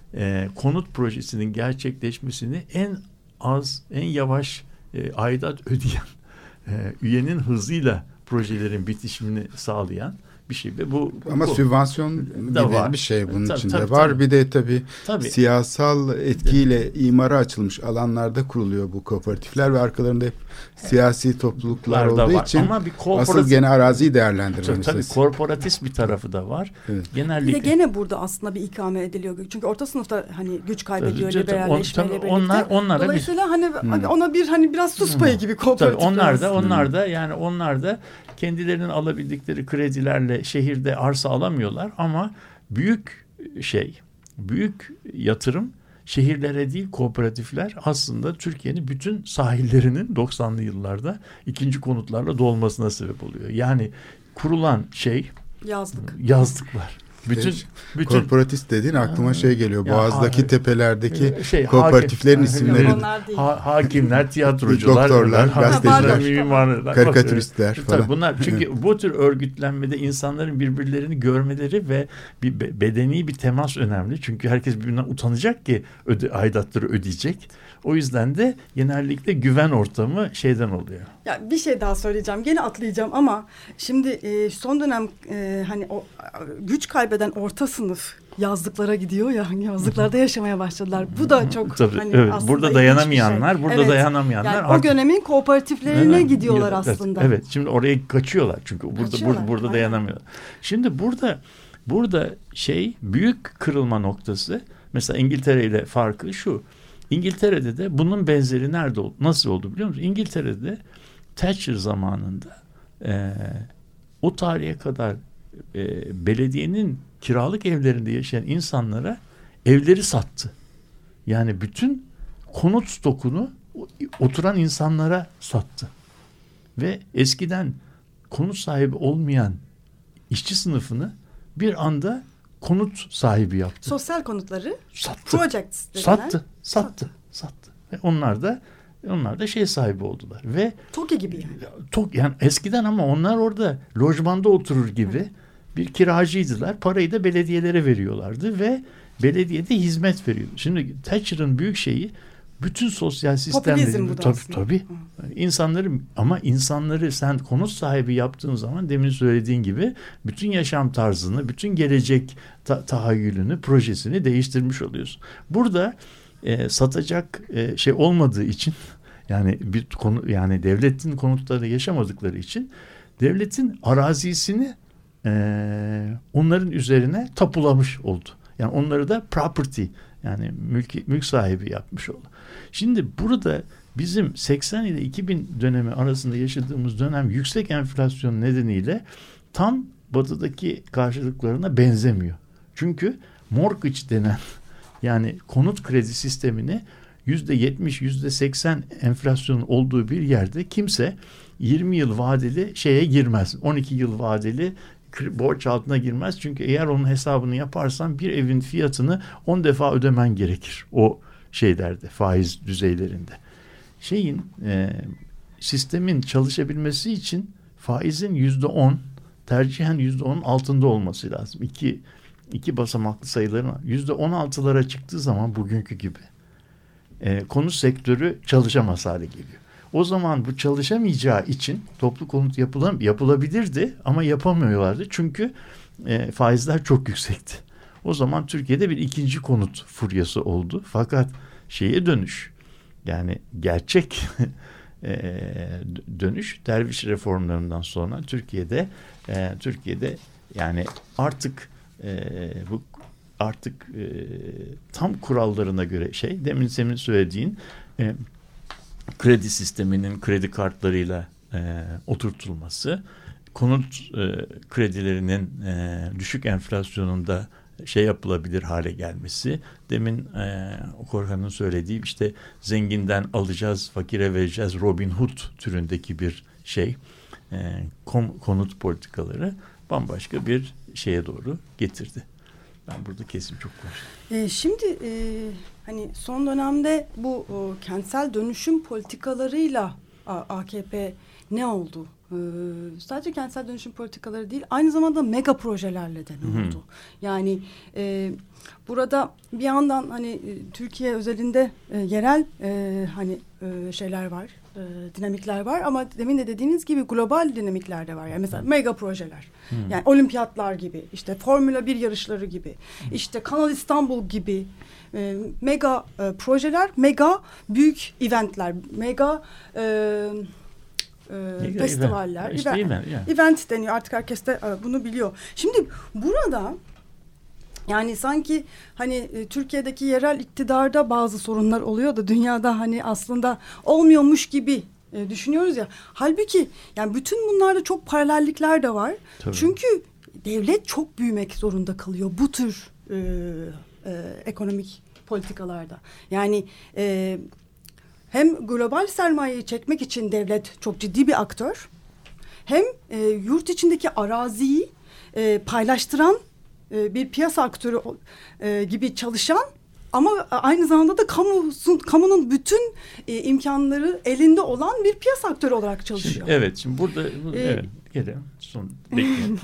e, konut projesinin gerçekleşmesini en az, en yavaş e, aidat ödeyen e, üyenin hızıyla projelerin bitişimini sağlayan bir şey ve bu ama bu, sübvansiyon da gibi var. bir şey bunun Tabii, içinde tabii, var. tabii. Bir de tabii, tabii siyasal etkiyle imara açılmış alanlarda kuruluyor bu kooperatifler ve arkalarında hep siyasi topluluklar olduğu var. için ama bir asıl gene araziyi değerlendirmemiz. Tabii, tabii korporatist bir tarafı da var. Evet. Bir de gene burada aslında bir ikame ediliyor. Çünkü orta sınıfta hani güç kaybediyor Tabii, liberalleşmeyle tabii, birlikte. onlar, onlara Dolayısıyla bir, hani hmm. ona bir hani biraz sus payı gibi kooperatifler. tabii onlar da aslında. onlar da yani onlar da kendilerinin alabildikleri kredilerle şehirde arsa alamıyorlar ama büyük şey, büyük yatırım şehirlere değil kooperatifler aslında Türkiye'nin bütün sahillerinin doksanlı yıllarda ikinci konutlarla dolmasına sebep oluyor. Yani kurulan şey yazlık. Yazlıklar. Bütün, bütün korporatist dediğin aklıma şey geliyor. Ya, Boğaz'daki ha, tepelerdeki şey, kooperatiflerin hakim, isimleri. Onlar değil. ha, hakimler, tiyatrocular, doktorlar, gazeteciler, mimarlar, karikatüristler falan. Tabii bunlar çünkü bu tür örgütlenmede insanların birbirlerini görmeleri ve bir be- bedeni bir temas önemli. Çünkü herkes birbirinden utanacak ki öde, aidatları ödeyecek. O yüzden de genellikle güven ortamı şeyden oluyor. Ya bir şey daha söyleyeceğim. Gene atlayacağım ama şimdi e, son dönem e, hani o güç kaybeden orta sınıf yazlıklara gidiyor ya, yazlıklarda yaşamaya başladılar. Bu da çok Tabii, hani evet. aslında Burada ilginç dayanamayanlar, bir şey. burada Evet. dayanamayanlar Yani artık o dönemin kooperatiflerine evet, gidiyorlar evet, aslında. Evet, şimdi oraya kaçıyorlar çünkü burada Kaçıyorlar, burada, burada aynen. dayanamıyorlar. Şimdi burada burada şey büyük kırılma noktası mesela İngiltere ile farkı şu. İngiltere'de de bunun benzeri nerede oldu? Nasıl oldu biliyor musun? İngiltere'de Thatcher zamanında e, o tarihe kadar e, belediyenin kiralık evlerinde yaşayan insanlara evleri sattı. Yani bütün konut stokunu oturan insanlara sattı. Ve eskiden konut sahibi olmayan işçi sınıfını bir anda konut sahibi yaptı. Sosyal konutları sattı. Projects Sattı, sattı, sattı, sattı. Ve onlar da onlar da şey sahibi oldular. Ve TOKİ gibi yani. Tok, yani eskiden ama onlar orada lojmanda oturur gibi Hı. bir kiracıydılar. Parayı da belediyelere veriyorlardı ve belediyede hizmet veriyordu. Şimdi Thatcher'ın büyük şeyi bütün sosyal sistemleri tabii tabii insanları ama insanları sen konut sahibi yaptığın zaman demin söylediğin gibi bütün yaşam tarzını, bütün gelecek ta- tahayyülünü, projesini değiştirmiş oluyorsun. Burada e, satacak e, şey olmadığı için yani bir konu yani devletin konutlarda yaşamadıkları için devletin arazisini e, onların üzerine tapulamış oldu. Yani onları da property yani mülk, mülk sahibi yapmış oldu. Şimdi burada bizim seksen ile iki bin dönemi arasında yaşadığımız dönem yüksek enflasyon nedeniyle tam batıdaki karşılıklarına benzemiyor. Çünkü mortgage denen yani konut kredi sistemini yüzde yetmiş, yüzde seksen enflasyonun olduğu bir yerde kimse yirmi yıl vadeli şeye girmez. on iki yıl vadeli borç altına girmez. Çünkü eğer onun hesabını yaparsan bir evin fiyatını on defa ödemen gerekir. O şeylerde, faiz düzeylerinde. Şeyin e, sistemin çalışabilmesi için faizin yüzde on, tercihen yüzde onun altında olması lazım. İki, iki basamaklı sayıların yüzde on altılara çıktığı zaman bugünkü gibi e, konut sektörü çalışamaz hale geliyor. O zaman bu çalışamayacağı için toplu konut yapılam yapılabilirdi ama yapamıyorlardı. Çünkü e, faizler çok yüksekti. O zaman Türkiye'de bir ikinci konut furyası oldu. Fakat şeye dönüş yani gerçek e, dönüş derviş reformlarından sonra Türkiye'de e, Türkiye'de yani artık e, bu artık e, tam kurallarına göre şey demin senin söylediğin e, kredi sisteminin kredi kartlarıyla e, oturtulması, konut e, kredilerinin e, düşük enflasyonunda şey yapılabilir hale gelmesi, demin e, Korhan'ın söylediği işte zenginden alacağız, fakire vereceğiz, Robin Hood türündeki bir şey, e, kom, konut politikaları bambaşka bir şeye doğru getirdi. Ben burada kesim çok konuştum. E, şimdi e, hani son dönemde bu o, kentsel dönüşüm politikalarıyla A, AKP ne oldu? Ee, sadece kentsel dönüşüm politikaları değil, aynı zamanda mega projelerle de ne oldu? Hı-hı. Yani e, burada bir yandan hani e, Türkiye özelinde e, yerel e, hani e, şeyler var, e, dinamikler var ama demin de dediğiniz gibi global dinamikler de var. Yani mesela mega projeler, Hı-hı. yani olimpiyatlar gibi, işte Formula bir yarışları gibi, Hı-hı. işte Kanal İstanbul gibi e, mega e, projeler, mega büyük eventler, mega e, E, festivaller, işte event, event, yani. event deniyor artık, herkes de e, bunu biliyor. Şimdi burada yani sanki hani e, Türkiye'deki yerel iktidarda bazı sorunlar oluyor da dünyada hani aslında olmuyormuş gibi e, düşünüyoruz ya. Halbuki yani bütün bunlarda çok paralellikler de var. Tabii. Çünkü devlet çok büyümek zorunda kalıyor bu tür e, e, ekonomik politikalarda. Yani e, hem global sermayeyi çekmek için devlet çok ciddi bir aktör, hem e, yurt içindeki araziyi e, paylaştıran e, bir piyasa aktörü e, gibi çalışan ama aynı zamanda da kamusun, kamunun bütün e, imkanları elinde olan bir piyasa aktörü olarak çalışıyor. Şimdi, evet, şimdi burada bu, ee, evet, gelelim. Son bekleyelim.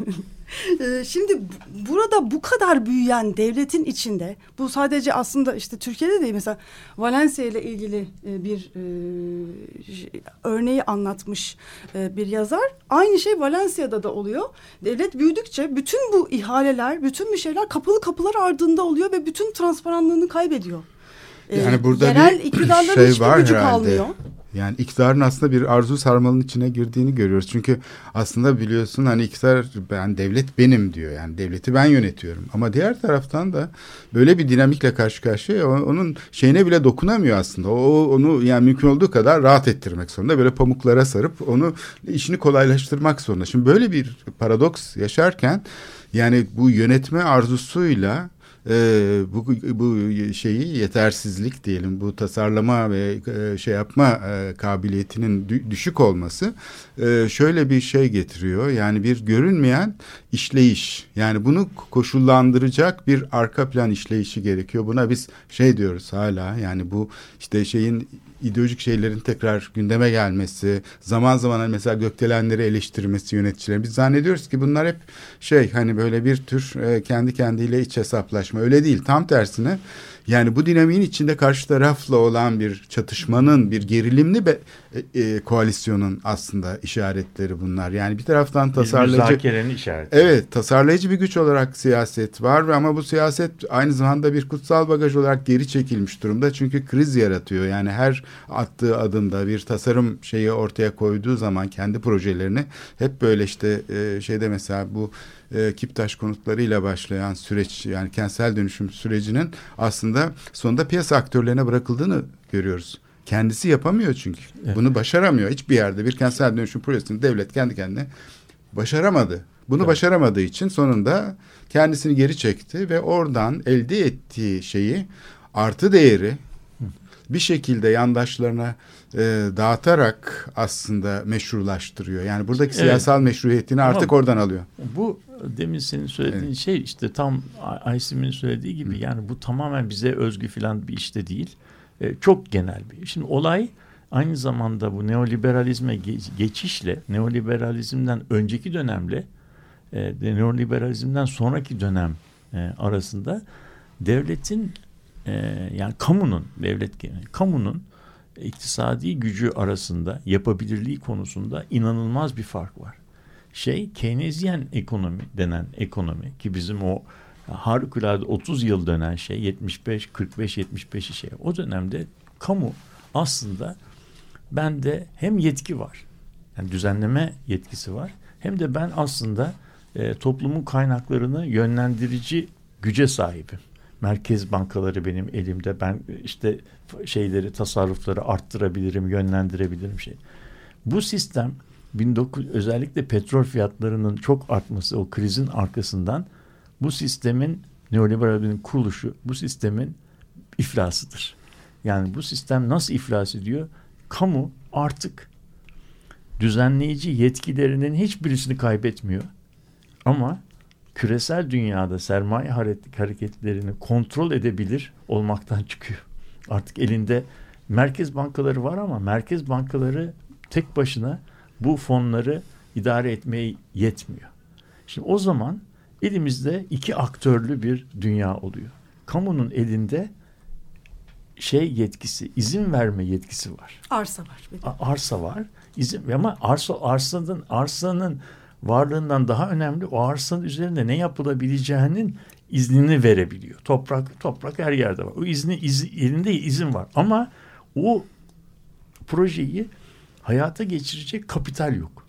Şimdi burada bu kadar büyüyen devletin içinde, bu sadece aslında işte Türkiye'de değil, mesela Valencia ile ilgili bir e, örneği anlatmış e, bir yazar. Aynı şey Valencia'da da oluyor. Devlet büyüdükçe bütün bu ihaleler, bütün bir şeyler kapalı kapılar ardında oluyor ve bütün transparanlığını kaybediyor. Yani e, burada yerel bir iktidarların şey hiçbir var gücü herhalde. Kalmıyor. Yani iktidarın aslında bir arzu sarmalının içine girdiğini görüyoruz. Çünkü aslında biliyorsun hani iktidar, ben devlet benim diyor. Yani devleti ben yönetiyorum. Ama diğer taraftan da böyle bir dinamikle karşı karşıya, onun şeyine bile dokunamıyor aslında. O onu yani mümkün olduğu kadar rahat ettirmek zorunda. Böyle pamuklara sarıp onu işini kolaylaştırmak zorunda. Şimdi böyle bir paradoks yaşarken yani bu yönetme arzusuyla e, bu bu şeyi yetersizlik diyelim, bu tasarlama ve e, şey yapma e, kabiliyetinin dü- düşük olması e, şöyle bir şey getiriyor. Yani bir görünmeyen işleyiş. Yani bunu koşullandıracak bir arka plan işleyişi gerekiyor. Buna biz şey diyoruz hala, yani bu işte şeyin, ideolojik şeylerin tekrar gündeme gelmesi, zaman zaman hani mesela gökdelenleri eleştirmesi yöneticilerin. Biz zannediyoruz ki bunlar hep şey, hani böyle bir tür e, kendi kendiyle iç hesaplaşma. Öyle değil. Tam tersine, yani bu dinamiğin içinde karşı tarafla olan bir çatışmanın, bir gerilimli be, e, e, koalisyonun aslında işaretleri bunlar. Yani bir taraftan tasarlayıcı... Bir müzakerenin işareti. Evet, tasarlayıcı bir güç olarak siyaset var ve ama bu siyaset aynı zamanda bir kutsal bagaj olarak geri çekilmiş durumda. Çünkü kriz yaratıyor. Yani her attığı adımda bir tasarım şeyi ortaya koyduğu zaman kendi projelerini hep böyle işte e, şeyde mesela bu e, Kiptaş konutlarıyla başlayan süreç, yani kentsel dönüşüm sürecinin aslında sonunda piyasa aktörlerine bırakıldığını görüyoruz. Kendisi yapamıyor çünkü. Evet. Bunu başaramıyor. Hiçbir yerde bir kentsel dönüşüm projesini devlet kendi kendine başaramadı. Bunu evet. başaramadığı için sonunda kendisini geri çekti ve oradan elde ettiği şeyi, artı değeri bir şekilde yandaşlarına e, dağıtarak aslında meşrulaştırıyor. Yani buradaki evet. siyasal meşruiyetini artık ama oradan alıyor. Bu demin senin söylediğin evet. şey işte tam Aysim'in söylediği gibi. Hı. Yani bu tamamen bize özgü filan bir işte değil. E, çok genel bir. Şimdi olay aynı zamanda bu neoliberalizme geçişle, neoliberalizmden önceki dönemle e, neoliberalizmden sonraki dönem e, arasında devletin e, yani kamunun, devlet kamunun iktisadi gücü arasında yapabilirliği konusunda inanılmaz bir fark var. Şey, Keynesyen ekonomi denen ekonomi ki bizim o harikulade otuz yıl dönen şey, yetmiş beş kırk beş yetmiş beş şey. O dönemde kamu aslında bende hem yetki var, yani düzenleme yetkisi var, hem de ben aslında e, toplumun kaynaklarını yönlendirici güce sahibim. Merkez bankaları benim elimde. Ben işte şeyleri, tasarrufları arttırabilirim, yönlendirebilirim şey. Bu sistem bin dokuz yüz özellikle petrol fiyatlarının çok artması, o krizin arkasından bu sistemin, neoliberalizmin kuruluşu, bu sistemin iflasıdır. Yani bu sistem nasıl iflas ediyor? Kamu artık düzenleyici yetkilerinin hiçbirisini kaybetmiyor. Ama küresel dünyada sermaye hareketlerini kontrol edebilir olmaktan çıkıyor. Artık elinde merkez bankaları var ama merkez bankaları tek başına bu fonları idare etmeye yetmiyor. Şimdi o zaman elimizde iki aktörlü bir dünya oluyor. Kamunun elinde şey yetkisi, izin verme yetkisi var. Arsa var. A- arsa var. İzin, ama arsa arsanın arsanın varlığından daha önemli, o arsanın üzerinde ne yapılabileceğinin iznini verebiliyor. Toprak toprak her yerde var. O izni iz, elinde izin var. Ama o projeyi hayata geçirecek kapital yok.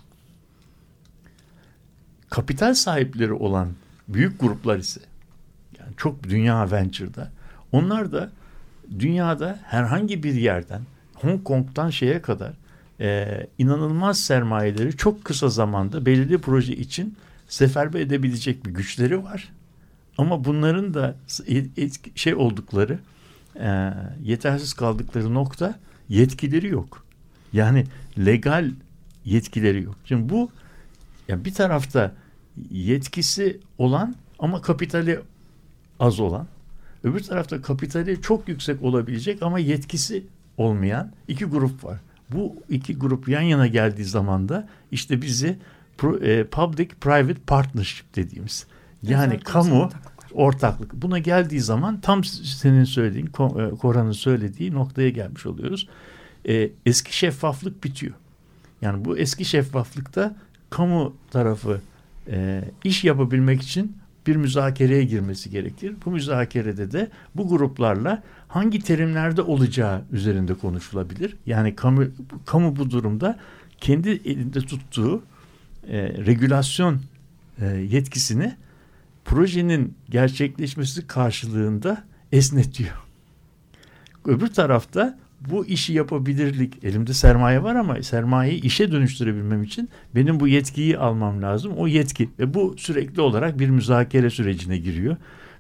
Kapital sahipleri olan büyük gruplar ise, yani çok dünya venture'da, onlar da dünyada herhangi bir yerden, Hong Kong'dan şeye kadar e, inanılmaz sermayeleri çok kısa zamanda belirli proje için seferber edebilecek bir güçleri var. Ama bunların da etki, şey oldukları, e, yetersiz kaldıkları nokta, yetkileri yok. Yani legal yetkileri yok. Şimdi bu, yani bir tarafta yetkisi olan ama kapitali az olan, öbür tarafta kapitali çok yüksek olabilecek ama yetkisi olmayan iki grup var. Bu iki grup yan yana geldiği zaman da işte bizi public-private partnership dediğimiz, yani evet, kamu ortaklık. ortaklık. Buna geldiği zaman tam senin söylediğin, Korhan'ın söylediği noktaya gelmiş oluyoruz. Ee, eski şeffaflık bitiyor. Yani bu eski şeffaflıkta kamu tarafı e, iş yapabilmek için bir müzakereye girmesi gerekir. Bu müzakerede de bu gruplarla hangi terimlerde olacağı üzerinde konuşulabilir. Yani kamu, kamu bu durumda kendi elinde tuttuğu e, regülasyon e, yetkisini projenin gerçekleşmesi karşılığında esnetiyor. Öbür tarafta bu işi yapabilirlik, elimde sermaye var ama sermayeyi işe dönüştürebilmem için benim bu yetkiyi almam lazım. O yetki ve bu sürekli olarak bir müzakere sürecine giriyor.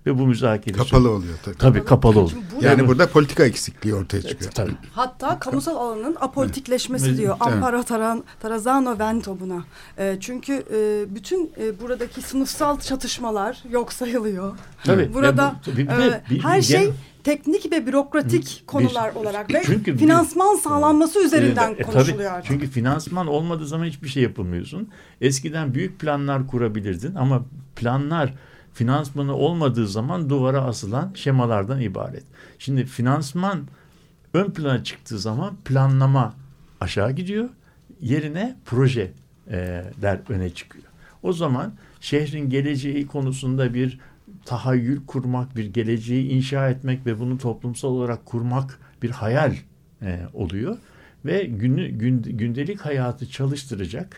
ve bu müzakere kapalı oluyor tabii. Tabii kapalı oluyor. Burada, Yani burada politika eksikliği ortaya çıkıyor. Tabii. hatta kamusal alanın apolitikleşmesi Evet. diyor. Evet. Amparo Taran, Tarazano Vento buna. E, çünkü e, bütün e, buradaki sınıfsal çatışmalar yok sayılıyor. Tabii. Burada Ve bu- bir- bir e, de- bir- her bir- şey teknik ve bürokratik Bir- konular olarak ve çünkü bir- finansman sağlanması üzerinden E, tabii. konuşuluyor artık. Çünkü finansman olmadığı zaman hiçbir şey yapamıyorsun. Eskiden büyük planlar kurabilirdin ama planlar finansmanı olmadığı zaman duvara asılan şemalardan ibaret. Şimdi finansman ön plana çıktığı zaman planlama aşağı gidiyor. Yerine projeler öne çıkıyor. O zaman şehrin geleceği konusunda bir tahayyül kurmak, bir geleceği inşa etmek ve bunu toplumsal olarak kurmak bir hayal e, oluyor. Ve günü, gün, gündelik hayatı çalıştıracak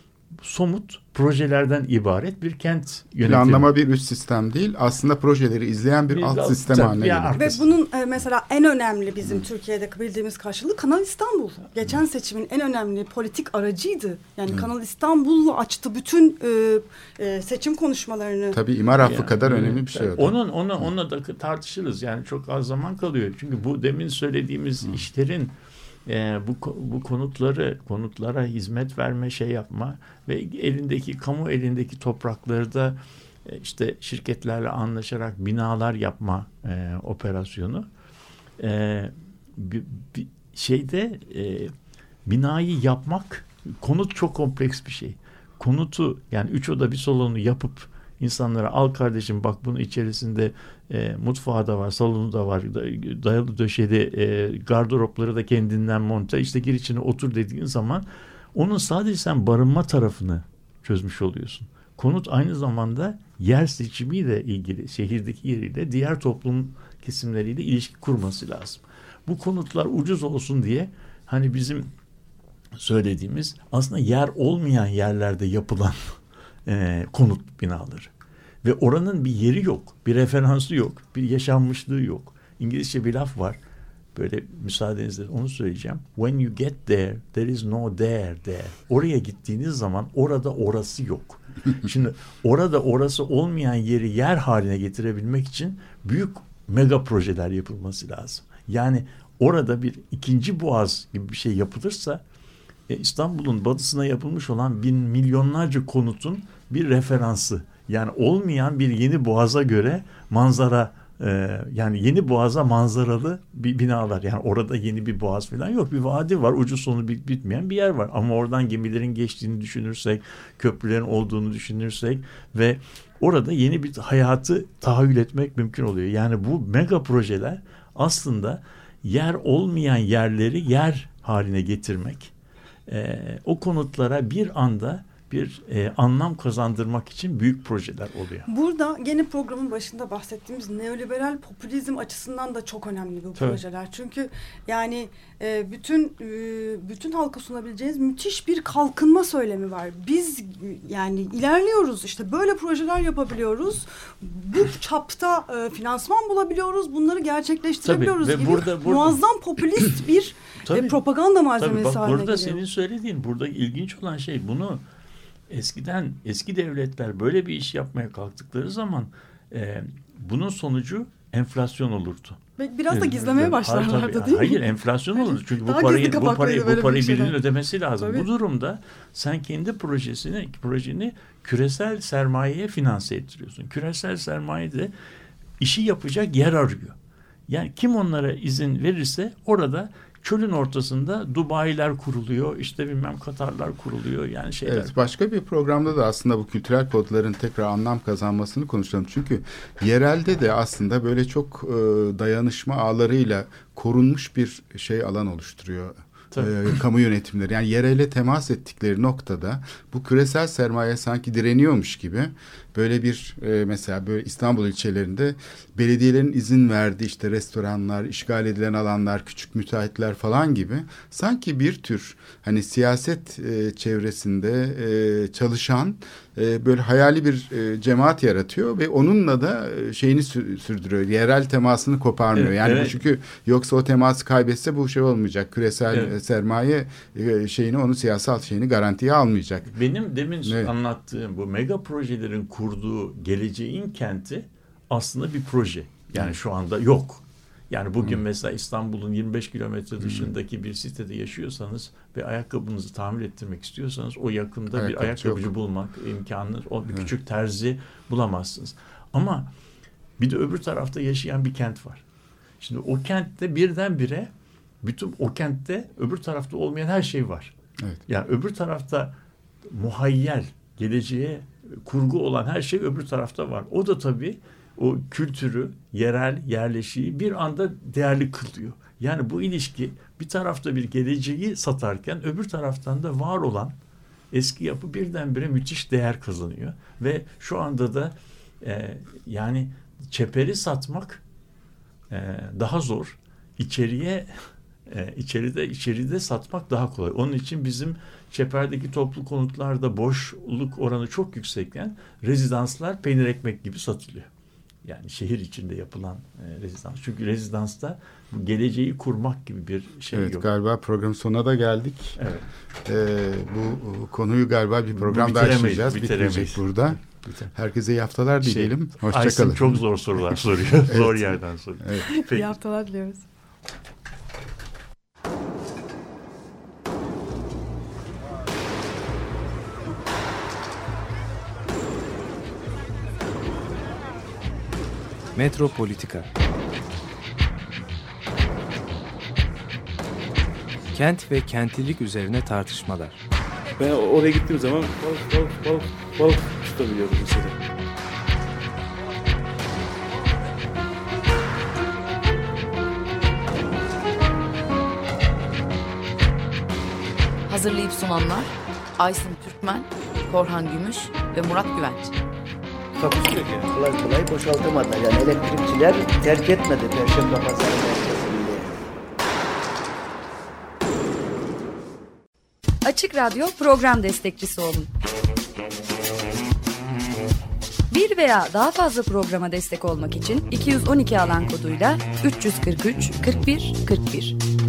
somut projelerden ibaret bir kent yönetimi. Planlama bir üst sistem değil, aslında projeleri izleyen bir, Bir alt alt- sistem tabii, haline bir geliyor. ar- Ve bunun e, mesela en önemli bizim Türkiye'de bildiğimiz karşılığı Kanal İstanbul. Geçen seçimin en önemli politik aracıydı. Yani Kanal İstanbul'la açtı bütün e, e, seçim konuşmalarını. Tabii imar affı Yani, kadar e, önemli bir şey o da. Onun onu onunla da tartışırız. Yani çok az zaman kalıyor. Çünkü bu demin söylediğimiz işlerin e, bu ko- bu konutları konutlara hizmet verme, şey yapma ve elindeki kamu elindeki toprakları da e, işte şirketlerle anlaşarak binalar yapma e, operasyonu e, bir, bir şeyde e, binayı yapmak, konut çok kompleks bir şey. Konutu, yani üç oda bir salonu yapıp insanlara al kardeşim bak bunun içerisinde e, mutfağı da var, salonu da var, da- dayalı döşeli e, gardıropları da kendinden monte, işte gir içine otur dediğin zaman onun sadece sen barınma tarafını çözmüş oluyorsun. Konut aynı zamanda yer seçimiyle ilgili, şehirdeki yeriyle diğer toplum kesimleriyle ilişki kurması lazım. Bu konutlar ucuz olsun diye hani bizim söylediğimiz aslında yer olmayan yerlerde yapılan e, konut binaları. Ve oranın bir yeri yok, bir referansı yok, bir yaşanmışlığı yok. İngilizce bir laf var. Böyle müsaadenizle onu söyleyeceğim. When you get there, there is no there there. Oraya gittiğiniz zaman orada orası yok. Şimdi orada orası olmayan yeri yer haline getirebilmek için büyük mega projeler yapılması lazım. Yani orada bir ikinci boğaz gibi bir şey yapılırsa e, İstanbul'un batısına yapılmış olan bin milyonlarca konutun bir referansı. Yani olmayan bir yeni boğaza göre manzara, e, yani yeni boğaza manzaralı bir binalar. Yani orada yeni bir boğaz falan yok. Bir vadi var, ucu sonu bit- bitmeyen bir yer var. Ama oradan gemilerin geçtiğini düşünürsek, köprülerin olduğunu düşünürsek ve orada yeni bir hayatı tahayyül etmek mümkün oluyor. Yani bu mega projeler aslında yer olmayan yerleri yer haline getirmek, e, o konutlara bir anda bir e, anlam kazandırmak için büyük projeler oluyor. Burada gene programın başında bahsettiğimiz neoliberal popülizm açısından da çok önemli bu Tabii. projeler. Çünkü yani e, bütün e, bütün halka sunabileceğiniz müthiş bir kalkınma söylemi var. Biz yani ilerliyoruz, işte böyle projeler yapabiliyoruz. Bu çapta e, finansman bulabiliyoruz. Bunları gerçekleştirebiliyoruz Tabii, ve gibi burada- burada- muazzam popülist bir Tabii. e, propaganda Tabii malzemesi bak haline burada geliyor. senin söylediğin, burada ilginç olan şey, bunu eskiden eski devletler böyle bir iş yapmaya kalktıkları zaman e, bunun sonucu enflasyon olurdu. Ve biraz da Evet, gizlemeye evet. başlarlardı Hayır, tabii. değil mi? Hayır, enflasyon olurdu. Çünkü Daha bu parayı gizli bu kapaklıydı parayı böyle bu parayı bir şeyler. birinin ödemesi lazım. Tabii. Bu durumda sen kendi projesini projeni küresel sermayeye finanse ettiriyorsun. Küresel sermaye de işi yapacak yer arıyor. Yani kim onlara izin verirse orada çölün ortasında Dubai'ler kuruluyor, işte bilmem Katarlar kuruluyor, yani şeyler. Evet, başka bir programda da aslında bu kültürel kodların tekrar anlam kazanmasını konuşalım. Çünkü yerelde de aslında böyle çok e, dayanışma ağlarıyla korunmuş bir şey alan oluşturuyor. E, kamu yönetimleri, yani yerele temas ettikleri noktada bu küresel sermaye sanki direniyormuş gibi böyle bir e, mesela böyle İstanbul ilçelerinde belediyelerin izin verdiği işte restoranlar, işgal edilen alanlar, küçük müteahhitler falan gibi sanki bir tür hani siyaset e, çevresinde e, çalışan e, böyle hayali bir e, cemaat yaratıyor ve onunla da e, şeyini sü- sürdürüyor. Yerel temasını koparmıyor. Evet, yani evet. bu çünkü yoksa o teması kaybetse bu şey olmayacak. Küresel Evet. e, sermaye e, şeyini, onun siyasal şeyini garantiye almayacak. Benim demin Evet. anlattığım bu mega projelerin kurduğu geleceğin kenti aslında bir proje. Yani şu anda yok. Yani bugün hmm. mesela İstanbul'un yirmi beş kilometre dışındaki hmm. bir sitede yaşıyorsanız ve ayakkabınızı tamir ettirmek istiyorsanız o yakında Ayakkabı bir ayakkabıcı yok. bulmak imkanı, o bir hmm. küçük terzi bulamazsınız. Ama bir de öbür tarafta yaşayan bir kent var. Şimdi o kentte birdenbire bütün o kentte öbür tarafta olmayan her şey var. Evet. Yani öbür tarafta muhayyel, geleceğe kurgu olan her şey öbür tarafta var. O da tabii o kültürü, yerel yerleşiği bir anda değerli kılıyor. Yani bu ilişki bir tarafta bir geleceği satarken öbür taraftan da var olan eski yapı birdenbire müthiş değer kazanıyor. Ve şu anda da e, yani çeperi satmak e, daha zor. İçeriye e, içeride içeride satmak daha kolay. Onun için bizim çeperdeki toplu konutlarda boşluk oranı çok yüksekken rezidanslar peynir ekmek gibi satılıyor. Yani şehir içinde yapılan e, rezidans. Çünkü rezidansta bu geleceği kurmak gibi bir şey evet, yok. Galiba programın sonuna da geldik. Evet. Ee, bu, bu konuyu galiba bir program daha açacağız. Bitmeyecek burada. Biter. Herkese iyi haftalar şey, dileyelim. Hoşçakalın. Aysin çok zor sorular soruyor. Evet. Zor yerden soruyor. Evet. Peki. İyi haftalar diliyoruz. Metropolitika. Kent ve kentlilik üzerine tartışmalar. Ben oraya gittiğim zaman balık balık balık balık tutabiliyorum mesela. Hazırlayıp sunanlar Aysin Türkmen, Korhan Gümüş ve Murat Güvenç. Takusuyor yani. Kolay kolay boşaltamadılar. Yani elektrikçiler terk etmedi Perşembe Pazarı merkezinde. Açık Radyo program destekçisi olun. Bir veya daha fazla programa destek olmak için iki yüz on iki alan koduyla üç yüz kırk üç kırk bir kırk bir.